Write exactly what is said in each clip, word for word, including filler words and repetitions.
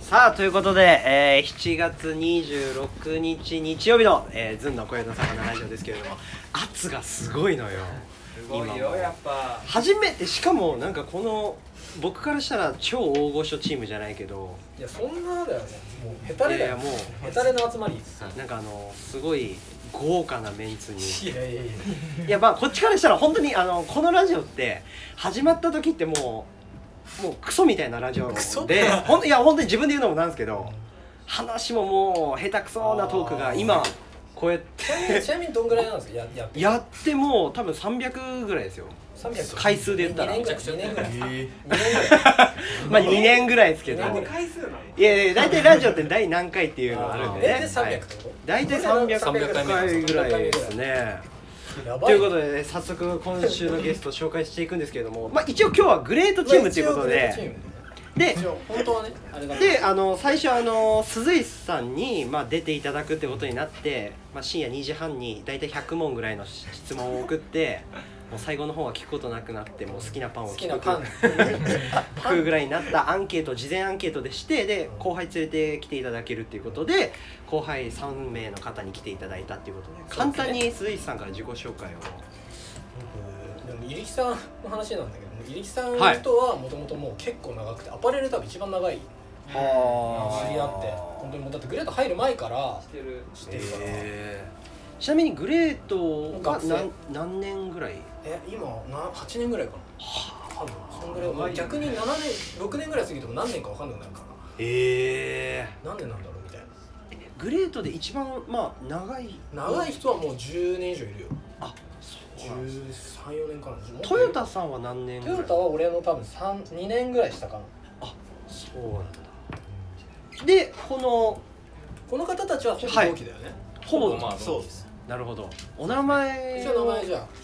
さあということで、えー、しちがつにじゅうろくにち日曜日の、えー、ずんの小江戸魚ラジオですけれども、圧がすごいのよ。 すごいよやっぱ。 初めて、しかもなんかこの僕からしたら超大御所チームじゃないけど、 いやそんなだよね、もうヘタレだよ。 いやいやもうヘタレの集まり。 なんかあのすごい豪華なメンツに。 いやいやいやいやまあこっちからしたら本当にあのこのラジオって始まった時ってもうもうクソみたいなラジオで、ほんいや本当に自分で言うのもなんですけど、話ももう下手くそなトークが今こうやってちなみにちなみにどんぐらいなんですか。ややってやってもう多分さんびゃくぐらいですよ。 さんびゃく回数で言ったらにねんぐらいにねんぐらいにねんぐらいまあにねんぐらいですけど、 にねん回数なの？ いやいや大体ラジオって第何回っていうのがあるんでね。 でさんびゃくってこと？ 大体さんびゃくかいぐらいですね。ということで、ね、早速今週のゲストを紹介していくんですけれども、まあ一応今日はグレートチームということで、で、 本当はね、あれだであの最初あの鈴井さんに、まあ、出ていただくってことになって、まあ、深夜にじはんに大体ひゃくもんぐらいの質問を送って、もう最後の方は聞くことなくなって、もう好きなパンを聞く聞くぐらいになったアンケート、事前アンケートでして、で後輩連れてきていただけるっていうことで、後輩さんめいの方に来ていただいたっていうことで、簡単に鈴井さんから自己紹介を。 でも入木さんの話なんだけど、入木さんとはもともともう結構長くて、アパレル多分一番長い知り合って、本当にもうだってグレート入る前から知ってる知ってるから。 えー、ちなみにグレートが学生何何年ぐらい？ え今なはちねんぐらいかな。多分そんぐらい。もう逆にななねんろくねんぐらい過ぎても何年か分かんなくなるから、 えー、 何年なんだろうみたいな。 グレートで一番まあ長い長い人はもうじゅうねん以上いるよ。 あ、そうじゅなんです。 うさん、よねんかな。 トヨタさんは何年ぐらい？ トヨタは俺の多分さん、にねんぐらい下かな。 あ、そうなんだ。で、このこの方たちはほぼ同期だよね。 ほぼ、 まあそうです。 なるほど。お名前一応名前じゃあちょっ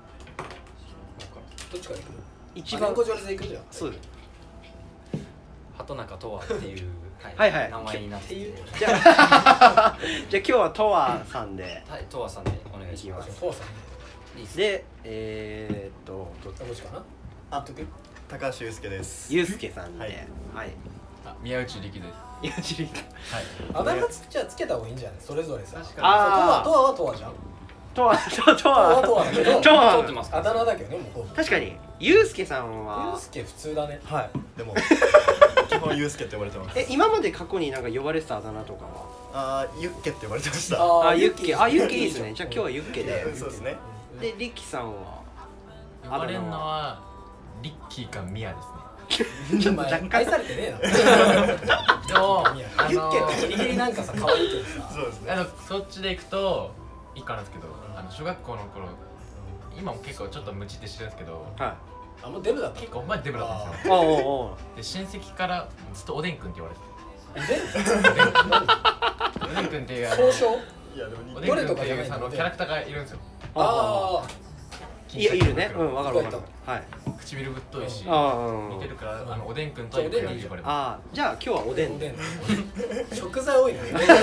とどっちからいく？ 一番あ、年功序列でいくじゃん。 そうです。 畑中とわっていう、 はいはい名前になってて、 じゃあじゃあ今日はトワさんではいとわさんでお願いします。 父さんいいっすで、えー、っとどどっちかな。 あ、高橋祐介です。 ゆうすけさんで、 はいはい。 あ、宮内力です。 いや知りあだ名つじゃあつけた方がいいんじゃない？それぞれさ。 確かにあートワトワはトワじゃん。 トワトワトトワはトワワだけど。 トワ通ってますか？ あだ名だけどね、もう。 確かにゆうすけさんゆはうすけ普通だね。 はい。でも基本祐介って呼ばれてます。 え今まで過去になんか呼ばれてたあだ名とかは？ あー、ユッケって呼ばれてました。 ああ、ユッケ、あ、ユッケいいですね。じゃあ今日はユッケで。 そうですね。 で、リッキーさんは呼ばれるのはリッキーかミヤですね。 ちょっと若干愛されてねえな。 でも、 いやあのユッケってギリギリなんかさ可愛いけどさ。 そうですね。 あのそっちで行くといいかなんですけど、あの小学校の頃、今も結構ちょっと無知ってしてるんですけど、 はあ、もうデブだった。 結構前デブだったんですよ。 い。おうおうおう。 で親戚からずっとおでんくんって言われてデブ？ て、おでんくんっていうあの総称？ いやでも似おてでんくんっていどれとかじゃないうあのキャラクターがいるんですよ。 あいや、いるね。うん、わかるわかる。はい。 唇ぶっといし、 ああ、うん。 似てるからあのおでんくんとはよく呼ばれてます。 ああ、じゃあ今日はおでんで。 おでん。食材多いね。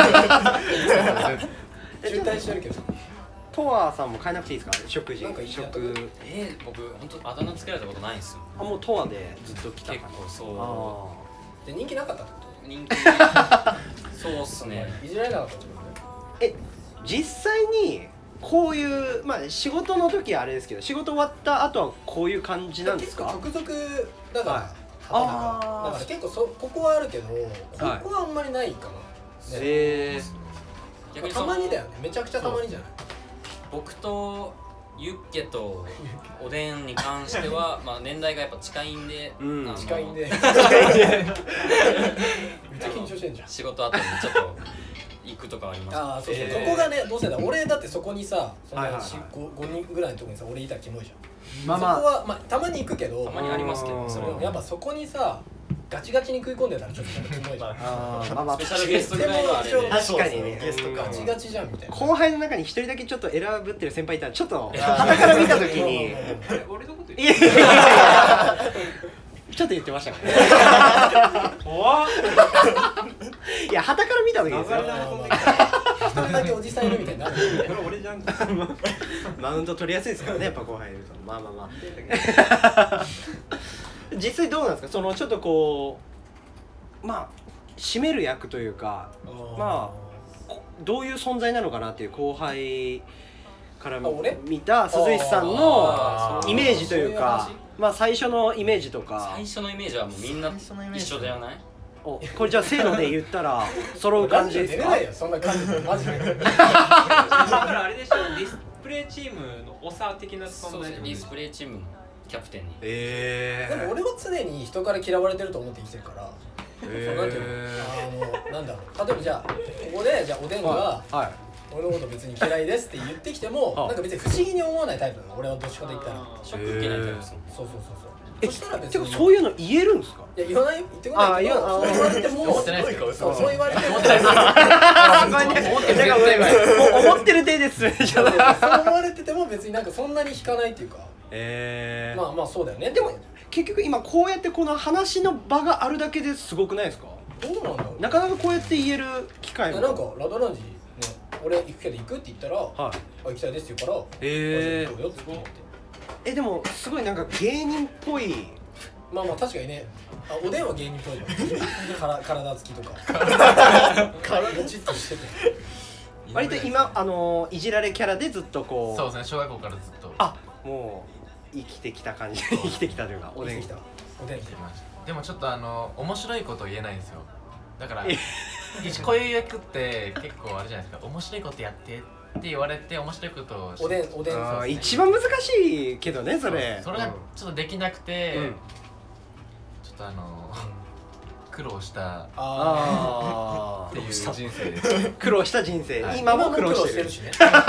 渋滞してるけど。 トワさんも変えなくていいですか？食事なんかいいや食。 えー、僕本当あだ名つけられたことないんですよ。 あ、もうトワでずっと来た結から。 構そあで人気なかったってこう人気そうっすね。 と？いじられなかったってこあ。え、実際にこういうまあ仕事の時はあれですけど、仕事終わった後はこういう感じとね。 なんですか？ 結構直属だから。 はい畑中あーだから結構そここはあるけど、ここはあんまりないかな。 へえ。 た逆にそのまにだよね。めちゃくちゃたまにじゃない？ 僕とユッケとおでんに関してはまあ年代がやっぱ近いんで、 うんあの近いんで。めっちゃ緊張してんじゃん。 仕事後にちょっと行くとかあります。 ああ、そうそう、 えーそこがね、どうせだ、俺だってそこにさ、そはいはいはいのしごごにんぐらいのとこにさ、俺いたらキモいじゃん。 まあまあそこは、まあ、たまに行くけど、 たまにありますけど、 うんそれはでもやっぱそこにさ、ガチガチに食い込んでたらちょっとなんかキモいじゃん。 あーまあまあスペシャルゲストぐらいのあれで。 確かにね。 ゲストガチガチじゃんみたいな。 後輩の中に一人だけちょっっと選ぶってる先輩いたらちょっと傍から見た時に俺のこといやいやいやちょっと言ってましたからね怖っいや傍から見た時ですよ一人だけおじさんいるみたいになる。 これ俺じゃん。 マウント取りやすいですからねやっぱ後輩いるとまあまあまあ実際どうなんですかそのちょっとこうまあ占める役というかまあどういう存在なのかなっていう後輩から見た鈴石さんのイメージというかまあ最初のイメージとか最初のイメージはもうみんな一緒じゃない？ おこれじゃあせーので言ったら揃う感じですか？ 出れないよそんな感じでマジでだからあれでしょディスプレイチームの長的な存在そうですねディスプレイチームのキャプテンにえでも俺は常に人から嫌われてると思って生きてるからえそうなんていうのあのなんだろう例えばじゃあここでじゃあおでんがはい俺のこと別に嫌いですって言ってきてもあなんか別に不思議に思わないタイプなの俺はどっちかと言ったらショック受けないタイプですもんそうそうそうそうえそしたら別てかにそういうの言えるんですか？ いや言わないよ言ってこないけどあそう言われても思ってないですよそうそう言われても思ってないですよあごめんね思ってるなんか絶対もう思ってる手ですねじゃそうそうあそう思われてても別になんかそんなに引かないっていうかえまあまあそうだよねでも結局今こうやってこの話の場があるだけですごくないですか？ どうなんだろうなかなかこうやって言える機会もいやなんかラドランジね俺行くけど行くって言ったらあはい行きたいですって言うからえあじゃあ行こうよって言ってえでもすごいなんか芸人っぽいまあまあ確かにねあおでんは芸人っぽいじゃんから体つきとか体がチッとしてて割と今あのいじられキャラでずっとこうそうですね小学校からずっとあもう生きてきた感じ生きてきたというかおでんきたおでん生きてきましたでもちょっとあの面白いこと言えないんですよだからえこういう役って結構あれじゃないですか面白いことやってって言われて面白いことをしておでんおでんあーそうですね一番難しいけどねそれそうそれがちょっとできなくて、 うんちょっとあの苦労したっああていう人生ですー苦労した人生、 はい今も苦労してるしね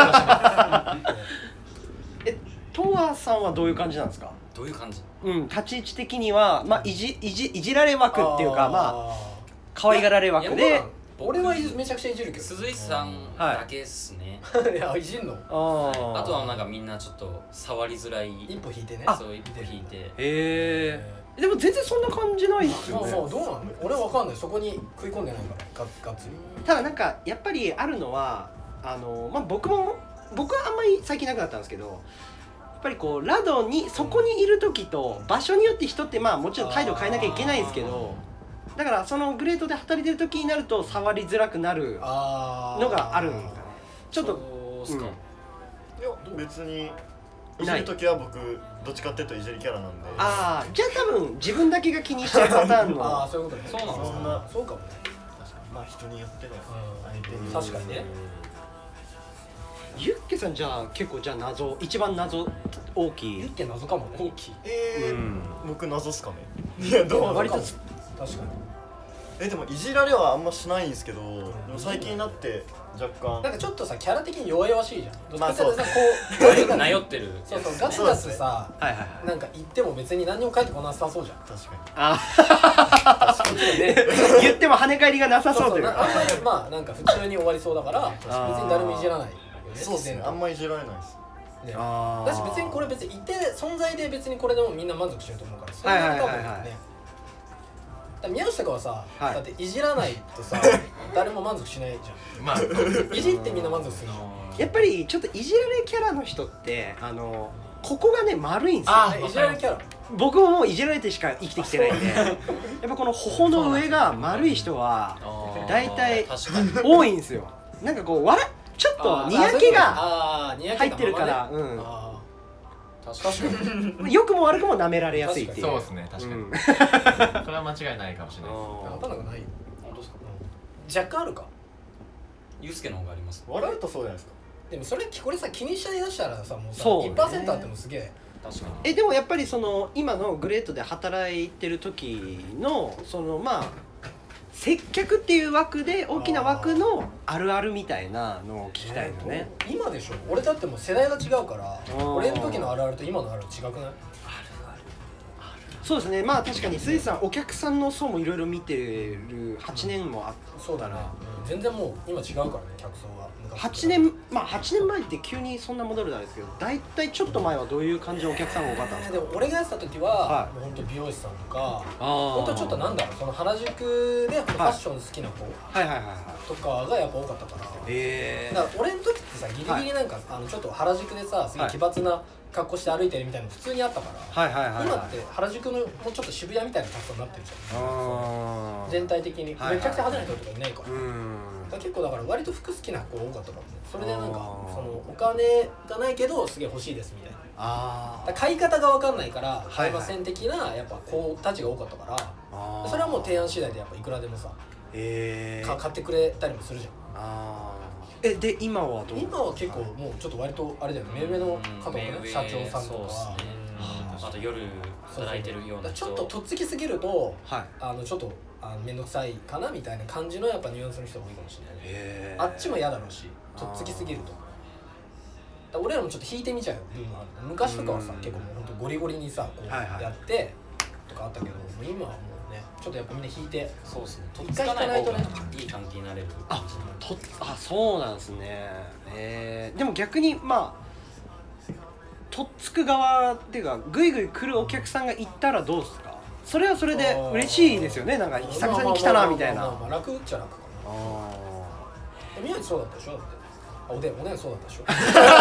えとわさんはどういう感じなんですか？ どういう感じ？ うん立ち位置的にはまあいじいじいじられ枠っていうかまああ可愛がられ枠いでや俺はめちゃくちゃいじるけど鈴石さんだけっすね、 いやいじんのあーあとはなんかみんなちょっと触りづらい一歩引いてねそう一歩引いてへえでも全然そんな感じないですよねまあまあどうなの俺はわかんないそこに食い込んでないからががっつりただなんかやっぱりあるのはあの、まあ、僕も僕はあんまり最近なくなったんですけどやっぱりこうラドにそこにいる時と場所によって人ってまあもちろん態度変えなきゃいけないんですけどだからそのグレートで働いてる時になると触りづらくなるあのがあるんですかねちょっとそうっすか、 うんいや別にいじるときは僕どっちかっていうといじりキャラなんでああじゃあ多分自分だけが気にしてるパターンああのそういうことねそうなんですそんなそうかもねまあ人によってのうん相手に確かにねユッケさんじゃあ結構じゃあ謎一番謎大きいユッケ謎かもねえーうん僕謎っすかねいやどうなの割と確かにえでもいじられはあんましないんですけどでも最近になって若干なんかちょっとさキャラ的に弱々しいじゃんどっちまあかっていうとさそうこうガツガツなよってるそうそうガツガツさはいはいはいなんか言っても別に何にも書いてこなさそうじゃん確かあこっちでね言っても跳ね返りがなさそうというかなあんまりまあなんか普通に終わりそうだから別に誰もいじらないよねにそうですねあんまいじられないですねあーだし別にこれ別にいて存在で別にこれでもみんな満足してると思うからそれは多分はいはいはいはいねだから宮下とかはさ、 はいだっていじらないとさ誰も満足しないじまあゃんいじってみんな満足するのやっぱりちょっといじられキャラの人ってあのここがね丸いんですよあいじられキャラ僕ももういじられてしか生きてきてないんでやっぱこの頬の上が丸い人は大体確かに多いんですよなんかこう笑ちょっとにやけがあーにやけ入ってるから、 がままねあ確かうん良くも悪くも舐められやすいっていうそうですね確かに、 うんそれは間違いないかもしれないですー分かんなくないよ本当ですか若干あるかユースケの方があります笑うとそうじゃないですかでもそれこれさ気にしちゃいだしたらさもうさそうねいちパーセントあってもすげえ確かにえでもやっぱりその今のグレートで働いてる時のそのまあ接客っていう枠で大きな枠のあるあるみたいなのを聞きたいのねえー今でしょ俺だってもう世代が違うからー俺の時のあるあると今のあるある違くないそうですねまあ確かにスイさんお客さんの層もいろいろ見てるはちねんもあったそうだね、うん全然もう今違うからね客層がはちねんまあはちねんまえって急にそんな戻るなんですけど大体ちょっと前はどういう感じのお客さんが多かったんですかでも俺がやってた時は、 はいもう本当美容師さんとかあ本当ちょっとなんだろうその原宿でファッション好きな子はいはいはいはいとかがやっぱ多かったから、 えだから俺の時ってさギリギリなんか、あのちょっと原宿でさすげえ奇抜な格好して歩いてるみたいなの普通にあったから、 はいはいはいはい、 今って原宿のもうちょっと渋谷みたいな格好になってるじゃん。 あー全体的にめちゃくちゃ派手な人とかいないから、 うーんだから結構だから割と服好きな子が多かったかもね。それでなんかあーそのお金がないけどすげえ欲しいですみたいな、 あだから買い方が分かんないからはい買いません的なやっぱ子たちが多かったから、 あーそれはもう提案次第でやっぱいくらでもさ、 えー、 か買ってくれたりもするじゃん。 あーえで今はどう今は結構もうちょっと割とあれだよね、目上の方もね、 目上社長さんとそうっすかはねあと夜働いてるような人だからちょっととっつきすぎるとはいあのちょっとあの面倒くさいかなみたいな感じのやっぱニュアンスの人が多いかもしれないね。 へーあっちも嫌だろうし、とっつきすぎると。だから俺らもちょっと引いてみちゃう部分もある。昔とかはさうん結構もうほんとゴリゴリにさこうはいはいやってとかあったけど、もう今はもうねちょっとやっぱみんな引いて、 そうですねとっ一つかな回引かないいと方がねいい関係になれるあとあそうなんですね。えー、でも逆にまあとっつく側っていうかグイグイ来るお客さんがいたらどうですか。それはそれで嬉しいですよね。なんか久々に来たなみたいな。 まあまあまあまあ楽っちゃ楽かな。 あ宮内そうだったでしょ。だってあおでんおでんそうだったでしょ。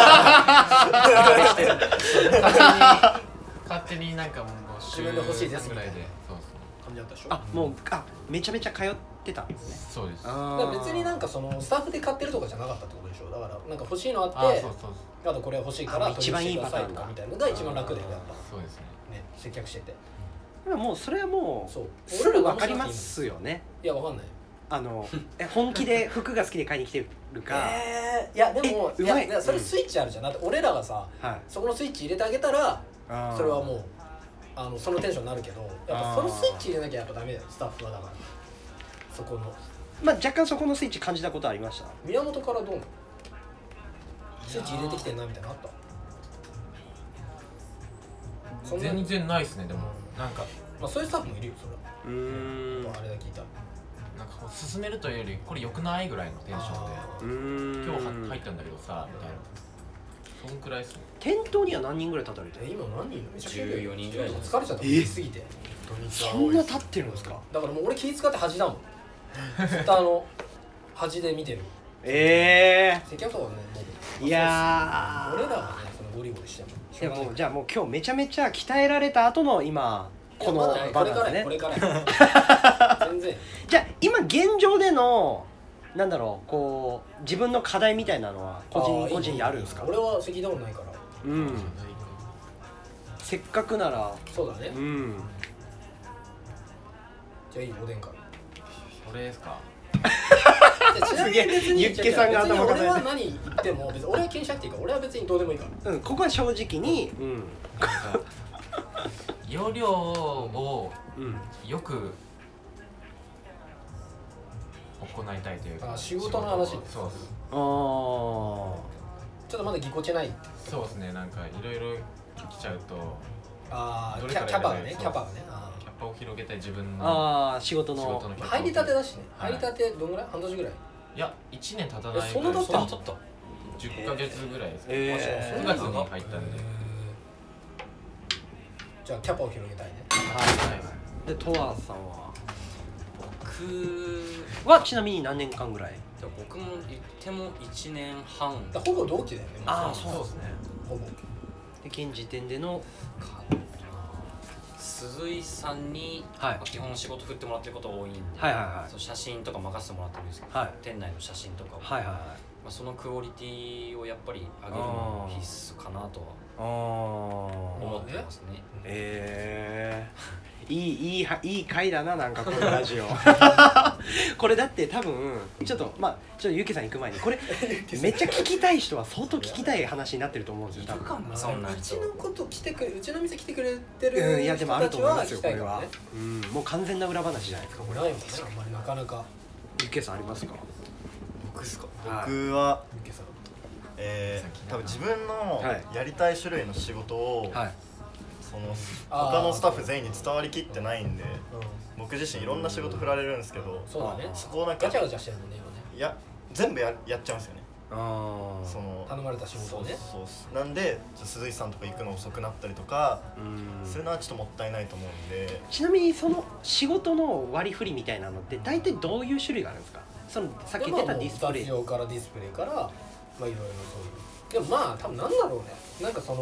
勝手になんかもう自分で欲しいですぐらいでみたいなそう感じだったでしょ。 ーあもうあめちゃめちゃ通ってたんですね。 そうそうです。 あだから別になんかそのスタッフで買ってるとかじゃなかったってことでしょ。だからなんか欲しいのあって、 あ、そうそうそう。 あとこれ欲しいからあ一番いい取り寄せてくださパターンだとかみたいなのが一番楽でやっぱそうですね。 ね接客してて。 でももうそれはもうそうすぐ分かりますよね。 いやわかんない。 あのえ本気で服が好きで買いに来てるか、 えー、いやでもいやえうまいいやそれスイッチあるじゃん。だって俺らがさはい、 そこのスイッチ入れてあげたらあーそれはもうあのそのテンションになるけど、やっぱそのスイッチ入れなきゃやっぱダメだよスタッフは。だからそこのまあ若干そこのスイッチ感じたことありました。 宮本からどうなのスイッチ入れてきてんなみたいなのあった？そんなに全然ないですね。でもなんかまあそういうスタッフもいるよそれは。 うーんあれだけ聞いたらなんかこう進めるというよりこれ良くないぐらいのテンションでうーん今日は入ったんだけどさみたいな。そんくらいですね。 店頭には何人ぐらい立たれてえる。 今何人いるの？ じゅうよにんぐらいじゃない疲れちゃったえ言いすぎて。 そんな立ってるんですか。 だからもう俺気使って恥だもんずっとあの恥で見てるえ接客とかねもえー、いやーう俺らはねそのゴリゴリしてもしでょうがないもじゃあもう今日めちゃめちゃ鍛えられた後の今このいやまだこれから場なんですねやこれからや全然じゃあ今現状でのなんだろうこう自分の課題みたいなのは個人あー個人にあるんですか。 いいいい俺は責任ないからうんせっかくならそうだねうんじゃあいいおでんからこれですか。 でちなみに別にユッケさんが別に頭抱えて俺は何言っても別に俺は気にしなくていいから俺は別にどうでもいいからうんここは正直にうん容量をうんよく行いたいというか。 あ仕事の話そうです。 ああちょっとまだぎこちないそうですね。なんかいろいろ来ちゃうとああどれキャキャパがから選べるねキャパがねあキャパを広げたい自分のああ仕事の仕事のキャパをー入りたてだしねはい入りたてどんぐらい半年ぐらいいやいちねん経たないえそんな経ってんのちょっとじゅっかげつぐらいですね。 えーくがつに入ったんで。 じゃあキャパを広げたいねはいでトワさんは僕はちなみに何年間ぐらい。 でも僕も言ってもいちねんはんだからほぼ同期だよねもああそそうですね。 ほぼで現時点でのか鈴井さんに、 はいまあ基本仕事振ってもらってることが多いんで、 はいはいはいそう写真とか任せてもらってるんですけど、 はい店内の写真とかを、 はいはいはいまあ、そのクオリティをやっぱり上げるのが必須かなとはああ思ってますね。 えーいいいいはいい回だななんかこのラジオこれだって多分ちょっとまあちょっとゆきさん行く前にこれめっちゃ聞きたい人は相当聞きたい話になってると思うんですよ多分。 まあそんな人うちのこと来てくれうちの店来てくれてうんいやでる人もあると思いまたちは聞すよこれはきたいからね。 うんもう完全な裏話じゃないですかこれ。 ないもんねあんまりなかなかゆきさんありますか。 僕ですか。 はい僕は、 ゆけさんえー、多分自分のはいやりたい種類の仕事を、 はいそのあー他のスタッフ全員に伝わりきってないんで、 うん僕自身いろんな仕事振られるんですけど、 そうだねそこをなんかガチャガチャしてるもんね今ねいや全部ややっちゃうんですよね。 ああその頼まれた仕事をねそうそうなんでちょ鈴井さんとか行くの遅くなったりとか、 うんそういうのはちょっともったいないと思うんで、 ちなみにその仕事の割り振りみたいなのって大体どういう種類があるんですか。そのさっき言ってたディスプレイ。 雑用からディスプレイからまあいろいろそういうでもまあ多分なんだろうねなんかその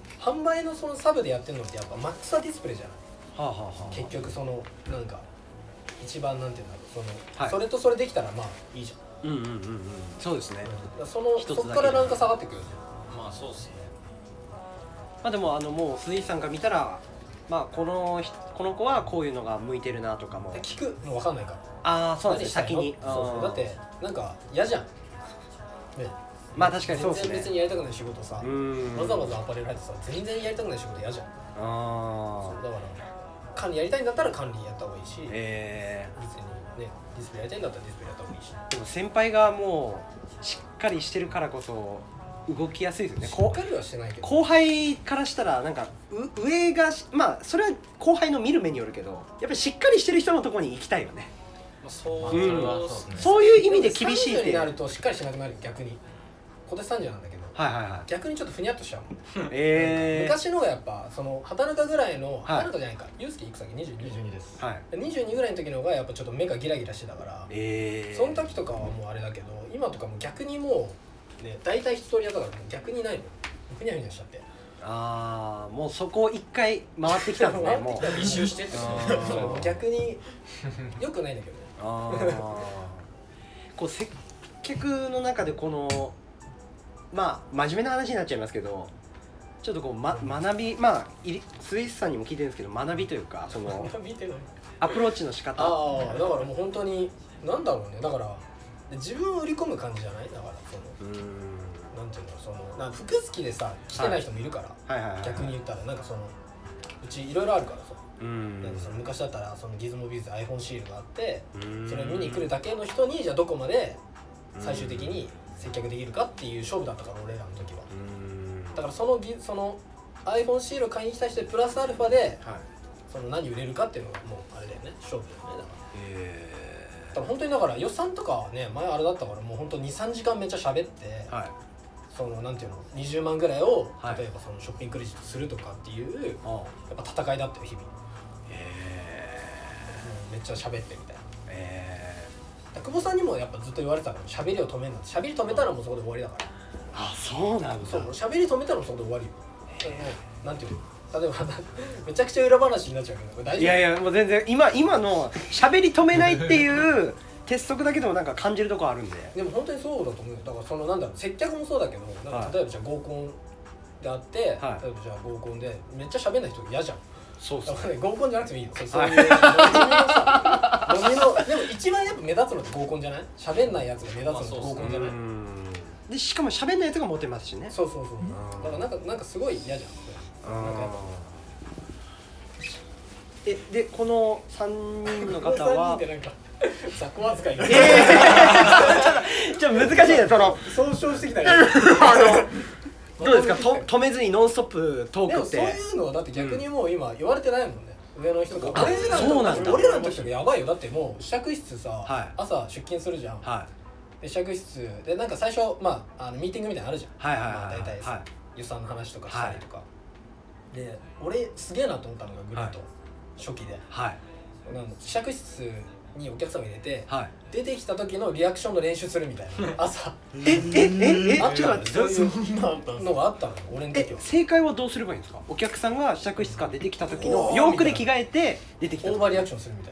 販売のそのサブでやってるのってやっぱマックスはディスプレイじゃないはあはあはあ結局そのなんか一番なんていうんだろうその、 はいそれとそれできたらまあいいじゃん、 うんうんうんうんそうですね。 だからその一つだけそこからランク下がってくるよねまあそうっすね。 まあでもあのもう鈴井さんが見たらまあこの人この子はこういうのが向いてるなとかも。 で聞くの分かんないからああそうなんですね先何したいのに。 そうそうだってなんか嫌じゃんねまあ確かにそうですね。 全然別にやりたくない仕事さうーん。 わざわざアパレル入ってさ全然やりたくない仕事嫌じゃんああ。 だから管理やりたいんだったら管理やった方がいいし、 え別にねディスプレイやりたいんだったらディスプレイやった方がいいしー、でも先輩がもうしっかりしてるからこそ動きやすいですよね。こしっかりはしてないけど後輩からしたらなんかう上がしまあそれは後輩の見る目によるけどやっぱりしっかりしてる人のところに行きたいよね。 まあそううんそれはそうっすね。 そういう意味で厳しいっさんじゅうて。はいになるとしっかりしなくなるよ逆に今年さんじゅうなんだけどはいはい。 逆にちょっとふにゃっとしちゃうもんええー。 昔のがやっぱその畑中ぐらいのはい畑中じゃないかユースケいくつだっけにじゅうににじゅうにですはい。 にじゅうにぐらいの時の方がやっぱちょっと目がギラギラしてたからええー。 その時とかはもうあれだけど今とかも逆にもうね大体一通りやったからもう逆にないのふにゃふにゃしちゃってああもうそこを一回回ってきたんですねもう。 一周してってことあーそうもう逆によくないんだけどねああこう接客の中でこのまあ真面目な話になっちゃいますけどちょっとこう、ま、学びまあいスイスさんにも聞いてるんですけど学びというかその見てないアプローチの仕方ああだからもう本当になんだろうねだから自分を売り込む感じじゃないだからそのうーんなんていうのそのなんか服好きでさ着てない人もいるから、 はいはいはいはい逆に言ったらなんかそのうちいろいろあるからさ、 うーんなんかその昔だったらそのギズモビーズ iPhone シールがあってうーんそれを見に来るだけの人にじゃあどこまで最終的に接客できるかっていう勝負だったから俺らの時はうーんだからそのぎその iPhone シールを買いに来た人でプラスアルファではいその何売れるかっていうのがもうあれだよね勝負だよねだからえだから本当にだから予算とかはね前あれだったからもう本当にさんじかんめっちゃ喋ってー、はいそのなんていうのにじゅうまんぐらいをはい例えばそのショッピングクレジットするとかっていうあやっぱ戦いだったよ日々、 えうんめっちゃ喋ってみたいなー、えだから久保さんにもやっぱずっと言われてたから喋りを止めんなって喋り止めたらもうそこで終わりだからー、あそうなんだそう喋り止めたらもうそこで終わりよでもなんていうの例えばめちゃくちゃ裏話になっちゃうけどこれ大丈夫いやいやもう全然今今の喋り止めないっていう鉄則だけでもなんか感じるとこあるんででも本当にそうだと思うよだからそのなんだろう接客もそうだけどなんはいか例えばじゃあ合コンであって、 はい例えばじゃあ合コンでめっちゃ喋んない人嫌じゃんそうだからね合コンじゃなくてもいいよそうそういう飲みのさ飲みのでも一番やっぱ目立つのって合コンじゃない喋んないやつが目立つのって合コンじゃない、 でしかも喋んないやつがモテますしねそうそうそうだからなんかなんかすごい嫌じゃんなんかやっぱえでこのさんにんの方はってなんか雑魚扱いがちょっと難しいねその総称してきたねあのどうですかと止めずにノンストップトークってでもそういうのはだって逆にもう今言われてないもんね、上の人とかあ俺らそうなんだ俺らの時とかやばいよだってもう試着室さ、 はい朝出勤するじゃん、 はで試着室でなんか最初まああのミーティングみたいなのあるじゃん、 はいはいはいまあ、大体さ、 はい予算の話とかしたりとか、で俺すげえなと思ったのがグレート、 はい初期ではいなんか試着室にお客さんを入れて、 はい出てきた時のリアクションの練習するみたいな朝ええええあっちょっと待ってどうそういうそんなあったんすのがあったのよ俺の時えは正解はどうすればいいんですかお客さんが試着室から出てきた時のおー洋服で着替えて出てきた時オーバーリアクションするみたい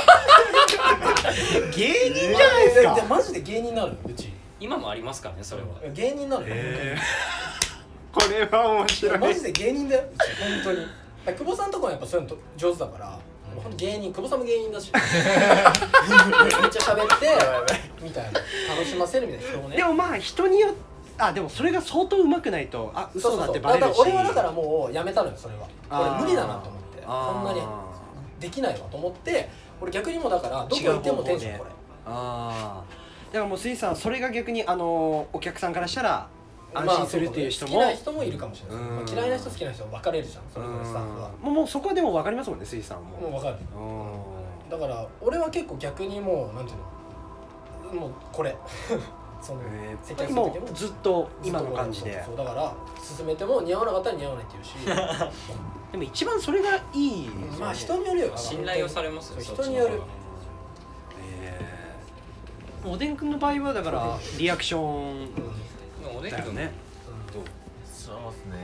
な芸人じゃないですかでマジで芸人なのようち今もありますからねそれは。 芸人なのよ、 へこれは面いやマジで芸人だようち本当にだから久保さんとかもやっぱそういうの上手だからもうほんと芸人久保さんも芸人だしめっちゃ喋ってみたいな楽しませるみたいな人もねでもまあ人によってあでもそれが相当上手くないとあ嘘だってバレるしそうそうそうだから俺はだからもうやめたのよそれはあー俺無理だなと思ってこんなにできないわと思って俺逆にもうだからどこ行ってもテンションこれああだからもうスイさんそれが逆にあのお客さんからしたら安まあ心するっていう人も、 好きな人もいるかもしれない、 うんまあ嫌いな人好きな人分かれるじゃんそれぞれスタッフはうんもうもうそこはでも分かりますもんねスイさんももう分かるうんだから俺は結構逆にもうなんていうのもうこれそのえ接ーも客する時もうずっと今の感じでそうそうだから勧めても似合わなかったら似合わないって言うしでも一番それがいいですよねまあ人によるよ信頼をされますよそうそっちの人によるえーおでんくんの場合はだからリアクションでもおでんくんだよねそうですね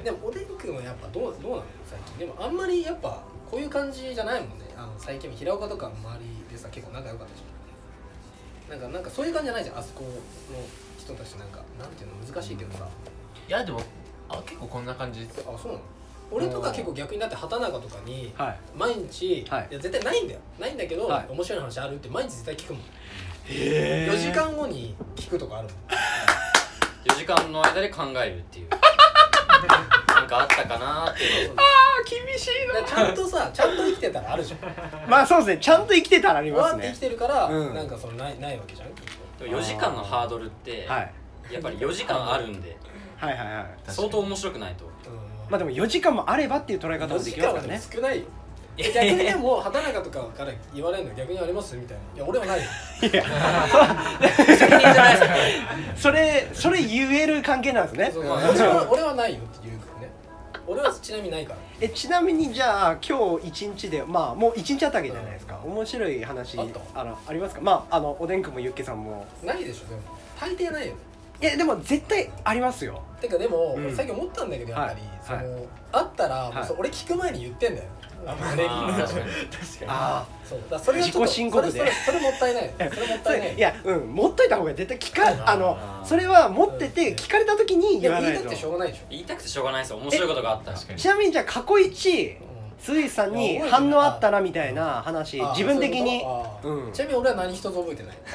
でもおでんくんはやっぱどうどうなの最近。でもあんまりやっぱこういう感じじゃないもんね。あの最近平岡とかの周りでさ結構仲良かったじゃん。なんかなんかそういう感じじゃないじゃん。あそこの人たちなんかなんていうの難しいけどさ。 いやでもあ結構こんな感じです。 あそうなの。俺とか結構逆にだって畑中とかにはい毎日、 はいいや絶対ないんだよ。ないんだけど、 はい面白い話あるって毎日絶対聞くもん。 へよじかんごに聞くとかあるもん。 よじかんの間で考えるっていうなんかあったかなーっていうのを厳しいだからちゃんとさちゃんと生きてたらあるじゃん。 まあそうですね、ちゃんと生きてたらありますね終わって生き。てるから、 うんなんかそのないないわけじゃん。きっとでもよじかんのハードルってはいやっぱりよじかんあるんではいはいはい。 相当面白くないと。 まあでもよじかんもあればっていう捉え方も 4 で時間はでもきますからね。 少ないよ。逆にでも畑中とかから言われるの逆にありますみたいな。いや俺はないよ。 いや、 責任じゃないですかそれそれ言える関係なんですね。 そうそう俺は俺はないよって言うからね。俺はちなみにないから。 えちなみにじゃあ今日一日でまあもう一日あったわけじゃないですか。面白い話あったあのありますか。まああのおでんくんもゆっけさんも。 ないでしょでも大抵ないよね。 いやでも絶対ありますよ。 てかでも、 うん最近思ったんだけどやっぱり、 はいそのあったら、もうそはい俺聞く前に言ってんだよ。あんまりあー確かにあそうだからそれがちょっと自己申告でそれそれそれもったいないそれもっあ。 たいないいやうん持っといた方が絶対聞かああのそれは持ってて聞かれた時にで言わないとも言いたくて。しょうがないでしょ。 言いたくてしょうがないですよ面白いことがあったら確かにちなみにじゃあ過去一スイさんに反応あったなみたいな話あー自分的にそういうことあーうんちなみに俺は何一つ覚えてない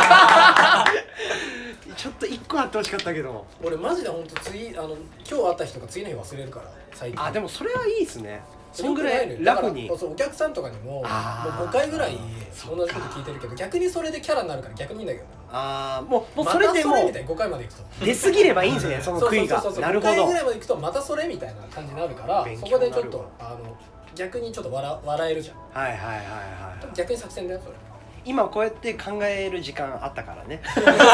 ちょっと一個あってほしかったけど。 俺マジで本当次あの今日会った人が次の日忘れるから最近あでもそれはいいですね。そんぐらいだから楽に。 そうお客さんとかにももうあーごかいぐらいそっか同じこと聞いてるけど逆にそれでキャラになるから逆にいいんだけどな。 ああもうもうそれでもまたそれみたいにごかいまで行くと出過ぎればいいんですねその悔いが。 そうそうそうそうなるほどごかいぐ。らいまで行くとまたそれみたいな感じになるから勉強そこでちょっになるとあの逆にちょっと笑笑えるじゃん。 はいはいはいはい。 逆に作戦だよそれ。 今こうやって考える時間あったからね。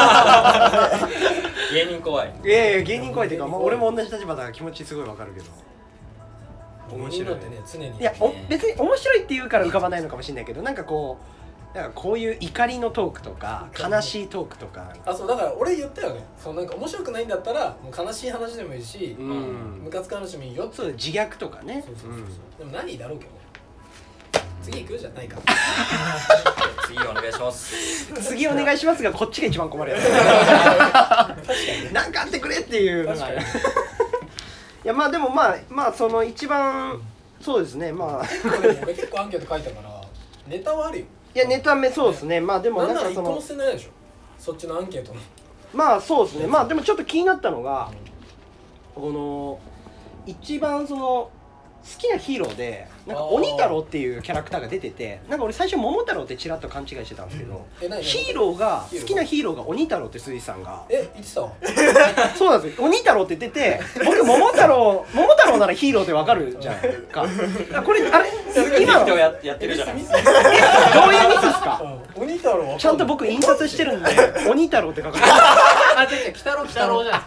芸人怖いいやいや芸人怖いっていうか、まあ、俺も同じ立場だから気持ちすごいわかるけど。面白いみんなってね常にいやお別に面白いって言うから浮かばないのかもしれないけどなんかこうなんかこういう怒りのトークとか悲しいトークとか。 あそうだから俺言ったよね。そうなんか面白くないんだったらもう悲しい話でもいいし、 うんムカつく話でもいいよって。 そう自虐とかね。 そうそうそうそう、でも何だろうけど次行くじゃないか。 次お願いしますうん次お願いしますがこっちが一番困るやつ。 確かになんかあってくれっていうのが。い確かにやまあでもまあまあその一番そうですねまあ結構でも俺結構アンケート書いたからネタはあるよ。 いやネタ目そうですねまあでもななら一個もなんんかその捨てないでしょそっちのアンケートの。 まあそうですねまあでもちょっと気になったのがこの一番その好きなヒーローでなんかあー鬼太郎っていうキャラクターが出ててなんか俺最初桃太郎ってちらっと勘違いしてたんですけどえ何ヒーローがヒーロー好きなヒーローが鬼太郎って鈴井さんがえ言ってたわ。 そうなんですよ鬼太郎って言ってて僕桃太郎桃太郎ならヒーローってわかるじゃないかあこれあれ今の人ややってるじゃないですかえどういうミスですかうん鬼太郎わかんないちゃんと僕印刷してるんで鬼太郎って書かれてるあ違う違う鬼太郎鬼太郎じゃない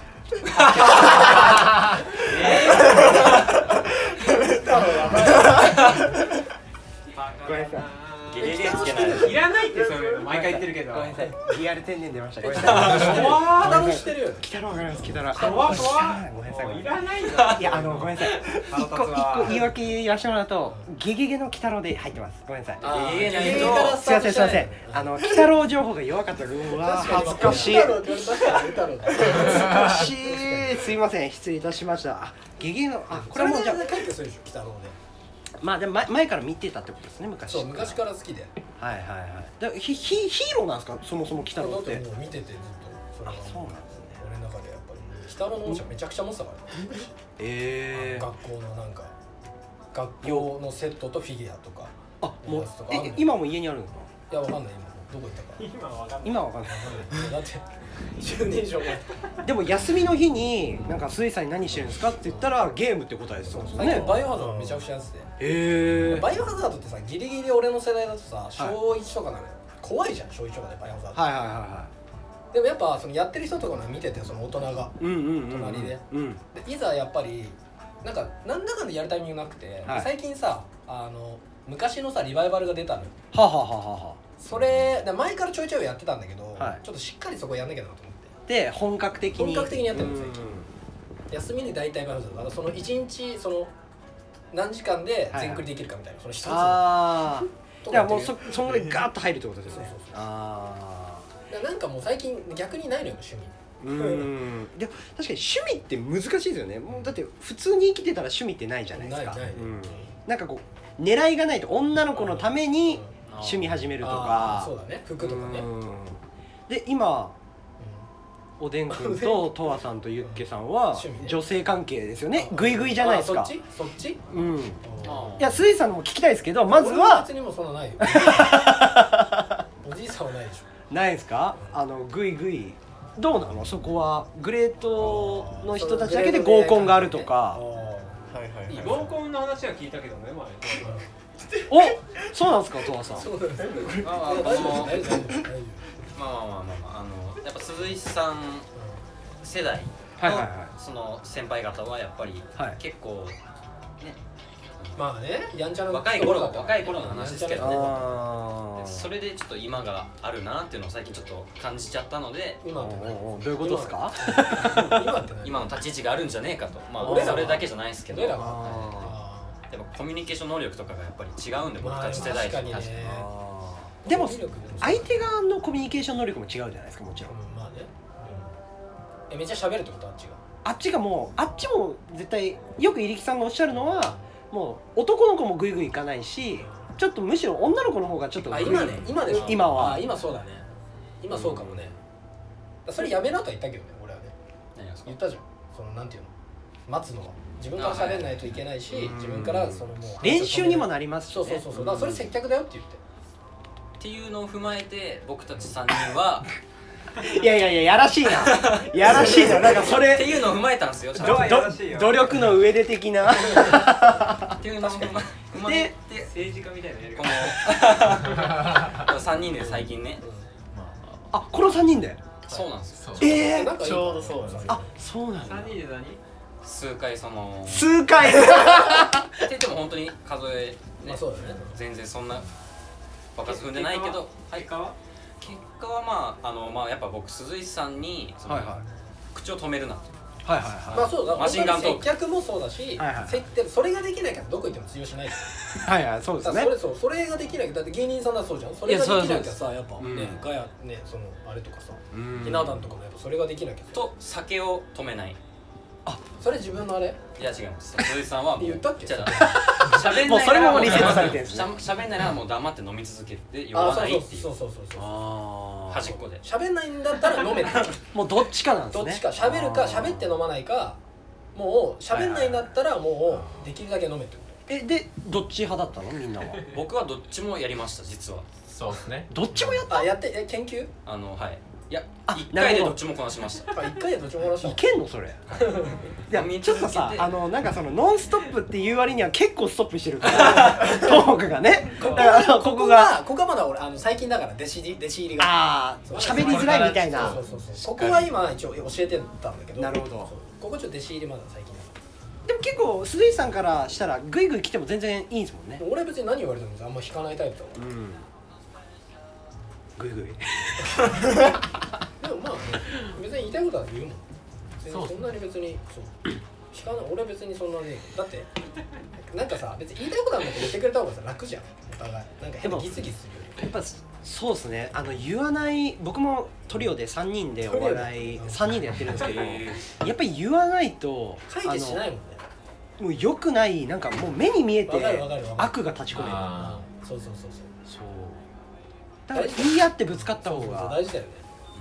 ごめんなさいゲゲゲつけないいらないってそれ毎回言ってるけどごめんなさいリアル天然出ましたごめんなさい怖鬼太郎知ってるよね。 北郎わかります北郎怖怖ごめんなさいごめんなさいいらないよいやあのごめんなさい一個一個言い訳言わせてもらうとゲゲゲの鬼太郎で入ってますごめんなさいあーゲゲゲないとゲゲゲからスすいませんすいませんタートしないあの鬼太郎情報が弱かったうわ確かに恥ずかしい鬼太郎って言われたから鬼太郎だ。 恥ずかしいすいません失礼いたしましたあゲゲゲのあここれはもうじゃれもじゃあ解決するでしょ鬼太郎で。 まあでも前前から見てたってことですね昔そう昔から好きで。 はいはいはいだヒヒヒーローなんですかそもそも鬼太郎っだっててもう見ててずっとそれはあそうなんですね俺の中でやっぱり鬼太郎のおもちゃめちゃくちゃ持ってたからね。 ええ学校のなんか学校のセットとフィギュアとか。 あもうやつとかあんのえ今も家にあるんですかいやわかんない今どこ行ったか。 今は分かんない今はわかんないだってじゅうねん以上前。 でも休みの日になんかスイさんに何してるんですかって言ったらゲームって答えですよ最ね近バイオハザードめちゃくちゃやってて。 へえバイオハザードってさギリギリ俺の世代だとさ小いちとかなのよ。怖いじゃん小いちとかでバイオハザード。 はいはいはいはでもやっぱそのやってる人とかの見ててその大人が。 いうんうんうんうん隣でうんでいざやっぱりなんかなんだかんだやるタイミングなくて、 はい最近さあの昔のさリバイバルが出たのよ。 はあはあはあはあそれで前からちょいちょいやってたんだけど、 はいちょっとしっかりそこやんなきゃなと思って。 で本格的に本格的にやってるのうん最近休みに大体バランスだからそのいちにちその何時間で全クリできるかみたいな、その一つのああいやもうそそそんぐらいガーッと入るってことですね。 そうそうそうあなんかもう最近逆にないのよ趣味。 あうーんでも確かに趣味って難しいですよね。もうだって普通に生きてたら趣味ってないじゃないですか。 ないないうん、なんかこう狙いがないと女の子のために趣味始めるとかあーそうだね服とかね。 うんで今おでんくんととわさんとゆっけさんは趣味ね女性関係ですよね。グイグイじゃないですか。 あそっちそっちうんいあや鈴井さんのも聞きたいですけどまず俺はは別にもうそんなないよおじいさんはないでしょ。 ないですか。あのグイグイどうなのそこはグレートの人たちだけで合コンがあるとか。 はいはいはい合コンの話は聞いたけどね前。 おそうなんですかとわさん。 そうだねまあまあ大丈夫まあ大丈夫大丈夫大丈まあまあまあまあまああのやっぱ鈴井さん世代はいはいはいのその先輩方はやっぱりはい結構ね夫まあねやんちゃな若い頃だった若い頃の話ですけどねあーそれでちょっと今があるなっていうのを最近ちょっと感じちゃったので今って何おうおうどういうことですか。 今って何今の立ち位置があるんじゃねえかとまあ俺らはそれだけじゃないですけどやっ俺らはあぱコミュニケーション能力とかがやっぱり違うんで僕まあたち世代と確かにねーでもコミュ力相手側のコミュニケーション能力も違うじゃないですかもちろん。 うんまあねえめっちゃ喋るってことあっちがあっちがもうあっちも絶対よく入木さんがおっしゃるのはもう男の子もグイグイいかないしちょっとむしろ女の子の方がちょっとグイグイあ今ね今でしょ今はあ今そうだね今そうかもねだそれやめなとは言ったけどね俺はね何がですか言ったじゃんそのなんていうの待つのは自分から喋んないといけないしうん自分からそのもう練習にもなりますしね。 そうそうそうそうだからそれ接客だよって言ってっていうのを踏まえて僕たちさんにんはいやいやいややらしいなやらしいななんかそってれいうのを踏まえたんですよちゃんどとやらしいよど努力の上で的なっていうのを踏ま踏まえて政治家みたいなやりこ方。 のさんにんで最近ねあこのさんにんでそうなんですよそうええー、 なんかいいちょうどそうなんですよあそうなんだ三人で何？ 数回その数回って言っても本当に数えねまあそうだね全然そんな爆発踏んでないけどはい結果は？ 結果はまああのまあやっぱ僕鈴井さんにそのはいはい口を止めるなとはいはいはいまあそうだマシンガントーク本当に接客もそうだしはいはい接でもそれができないからどこ行っても通用しないはいはいそうですねだからそれそうそれができないだって芸人さんだそうじゃんそれができなきゃさやっぱうんねガヤねそのあれとかさうんひな壇とかもやっぱそれができなきゃさと酒を止めないそれ自分のあれいや違います鈴井さんはもう言ったっけじゃあ喋んないならもうそれもリセットされてるんですねしゃ喋んないならもう黙って飲み続けて酔わあそうそうないっていうそうそうそうそうあ端っこで喋んないんだったら飲めってもうどっちかなんですねどっちか喋るか喋って飲まないかもう喋んないんだったらもうできるだけ飲めってこえでどっち派だったのみんなは僕はどっちもやりました実はそうですね。 どっちもやっとあやってえ研究あのはいいやあ一なるほど回でどっちもこなしましたあ一回でどっちも話したいけんのそれいや見ちょっと続けてさあのなんかそのノンストップっていう割には結構ストップしてるからトークがねだからあのここがはここはまだ俺あの最近だから弟子入り弟子入りがああそう喋りづらいみたいなそうそうそうそうここは今一応教えてたんだけどなるほどそうここちょっと弟子入りまだ最近だかでも結構鈴井さんからしたらグイグイ来ても全然いいんですもんねら俺別に何言われてもあんま引かないタイプだかうんグイグイらでもまあね別に言いたいことは言うもん別にそうそんなに別にそう引かない俺別にそんなにだってなんかさ別に言いたいことあるんだって言ってくれた方がさ楽じゃんお互いなんか変なギスギスするよりやっぱそうですねあの言わない僕もトリオでさんにんでお笑いトリオでさんにんでやってるんですけどへやっぱり言わないと解決しないもんねあのもう良くないなんかもう目に見えてわかるわかるわかる悪が立ち込めるあそうそうそうそうそうだから言い合ってぶつかった方そうそうが大事だよね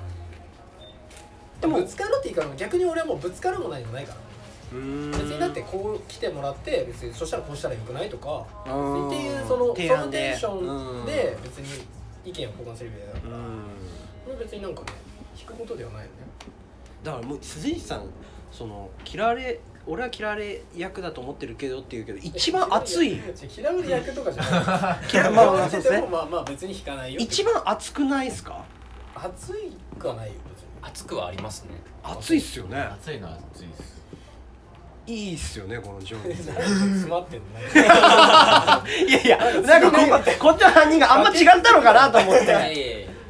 でもぶつかるっていいから逆に俺はもうぶつかるもないのないからうーん別にだってこう来てもらって別にそしたらこうしたらよくないとかうーんっていうその提その案でテンションで別に意見を交換するべきだからうーんこれ別になんかね引くことではないよねだからもう鈴井さんその嫌われ俺は嫌われ役だと思ってるけどっていうけど一番熱い嫌われ役とかじゃない嫌まあまあそうですねもまあまあ別に引かないよ一番熱くないっすか熱いくはないよ別に熱くはありますね熱いっすよね暑いのは暑いです。 いいっすよねこの状況詰まってんのいやいやなんかこここっちの犯人があんま違ったのかなと思っていやいやいやい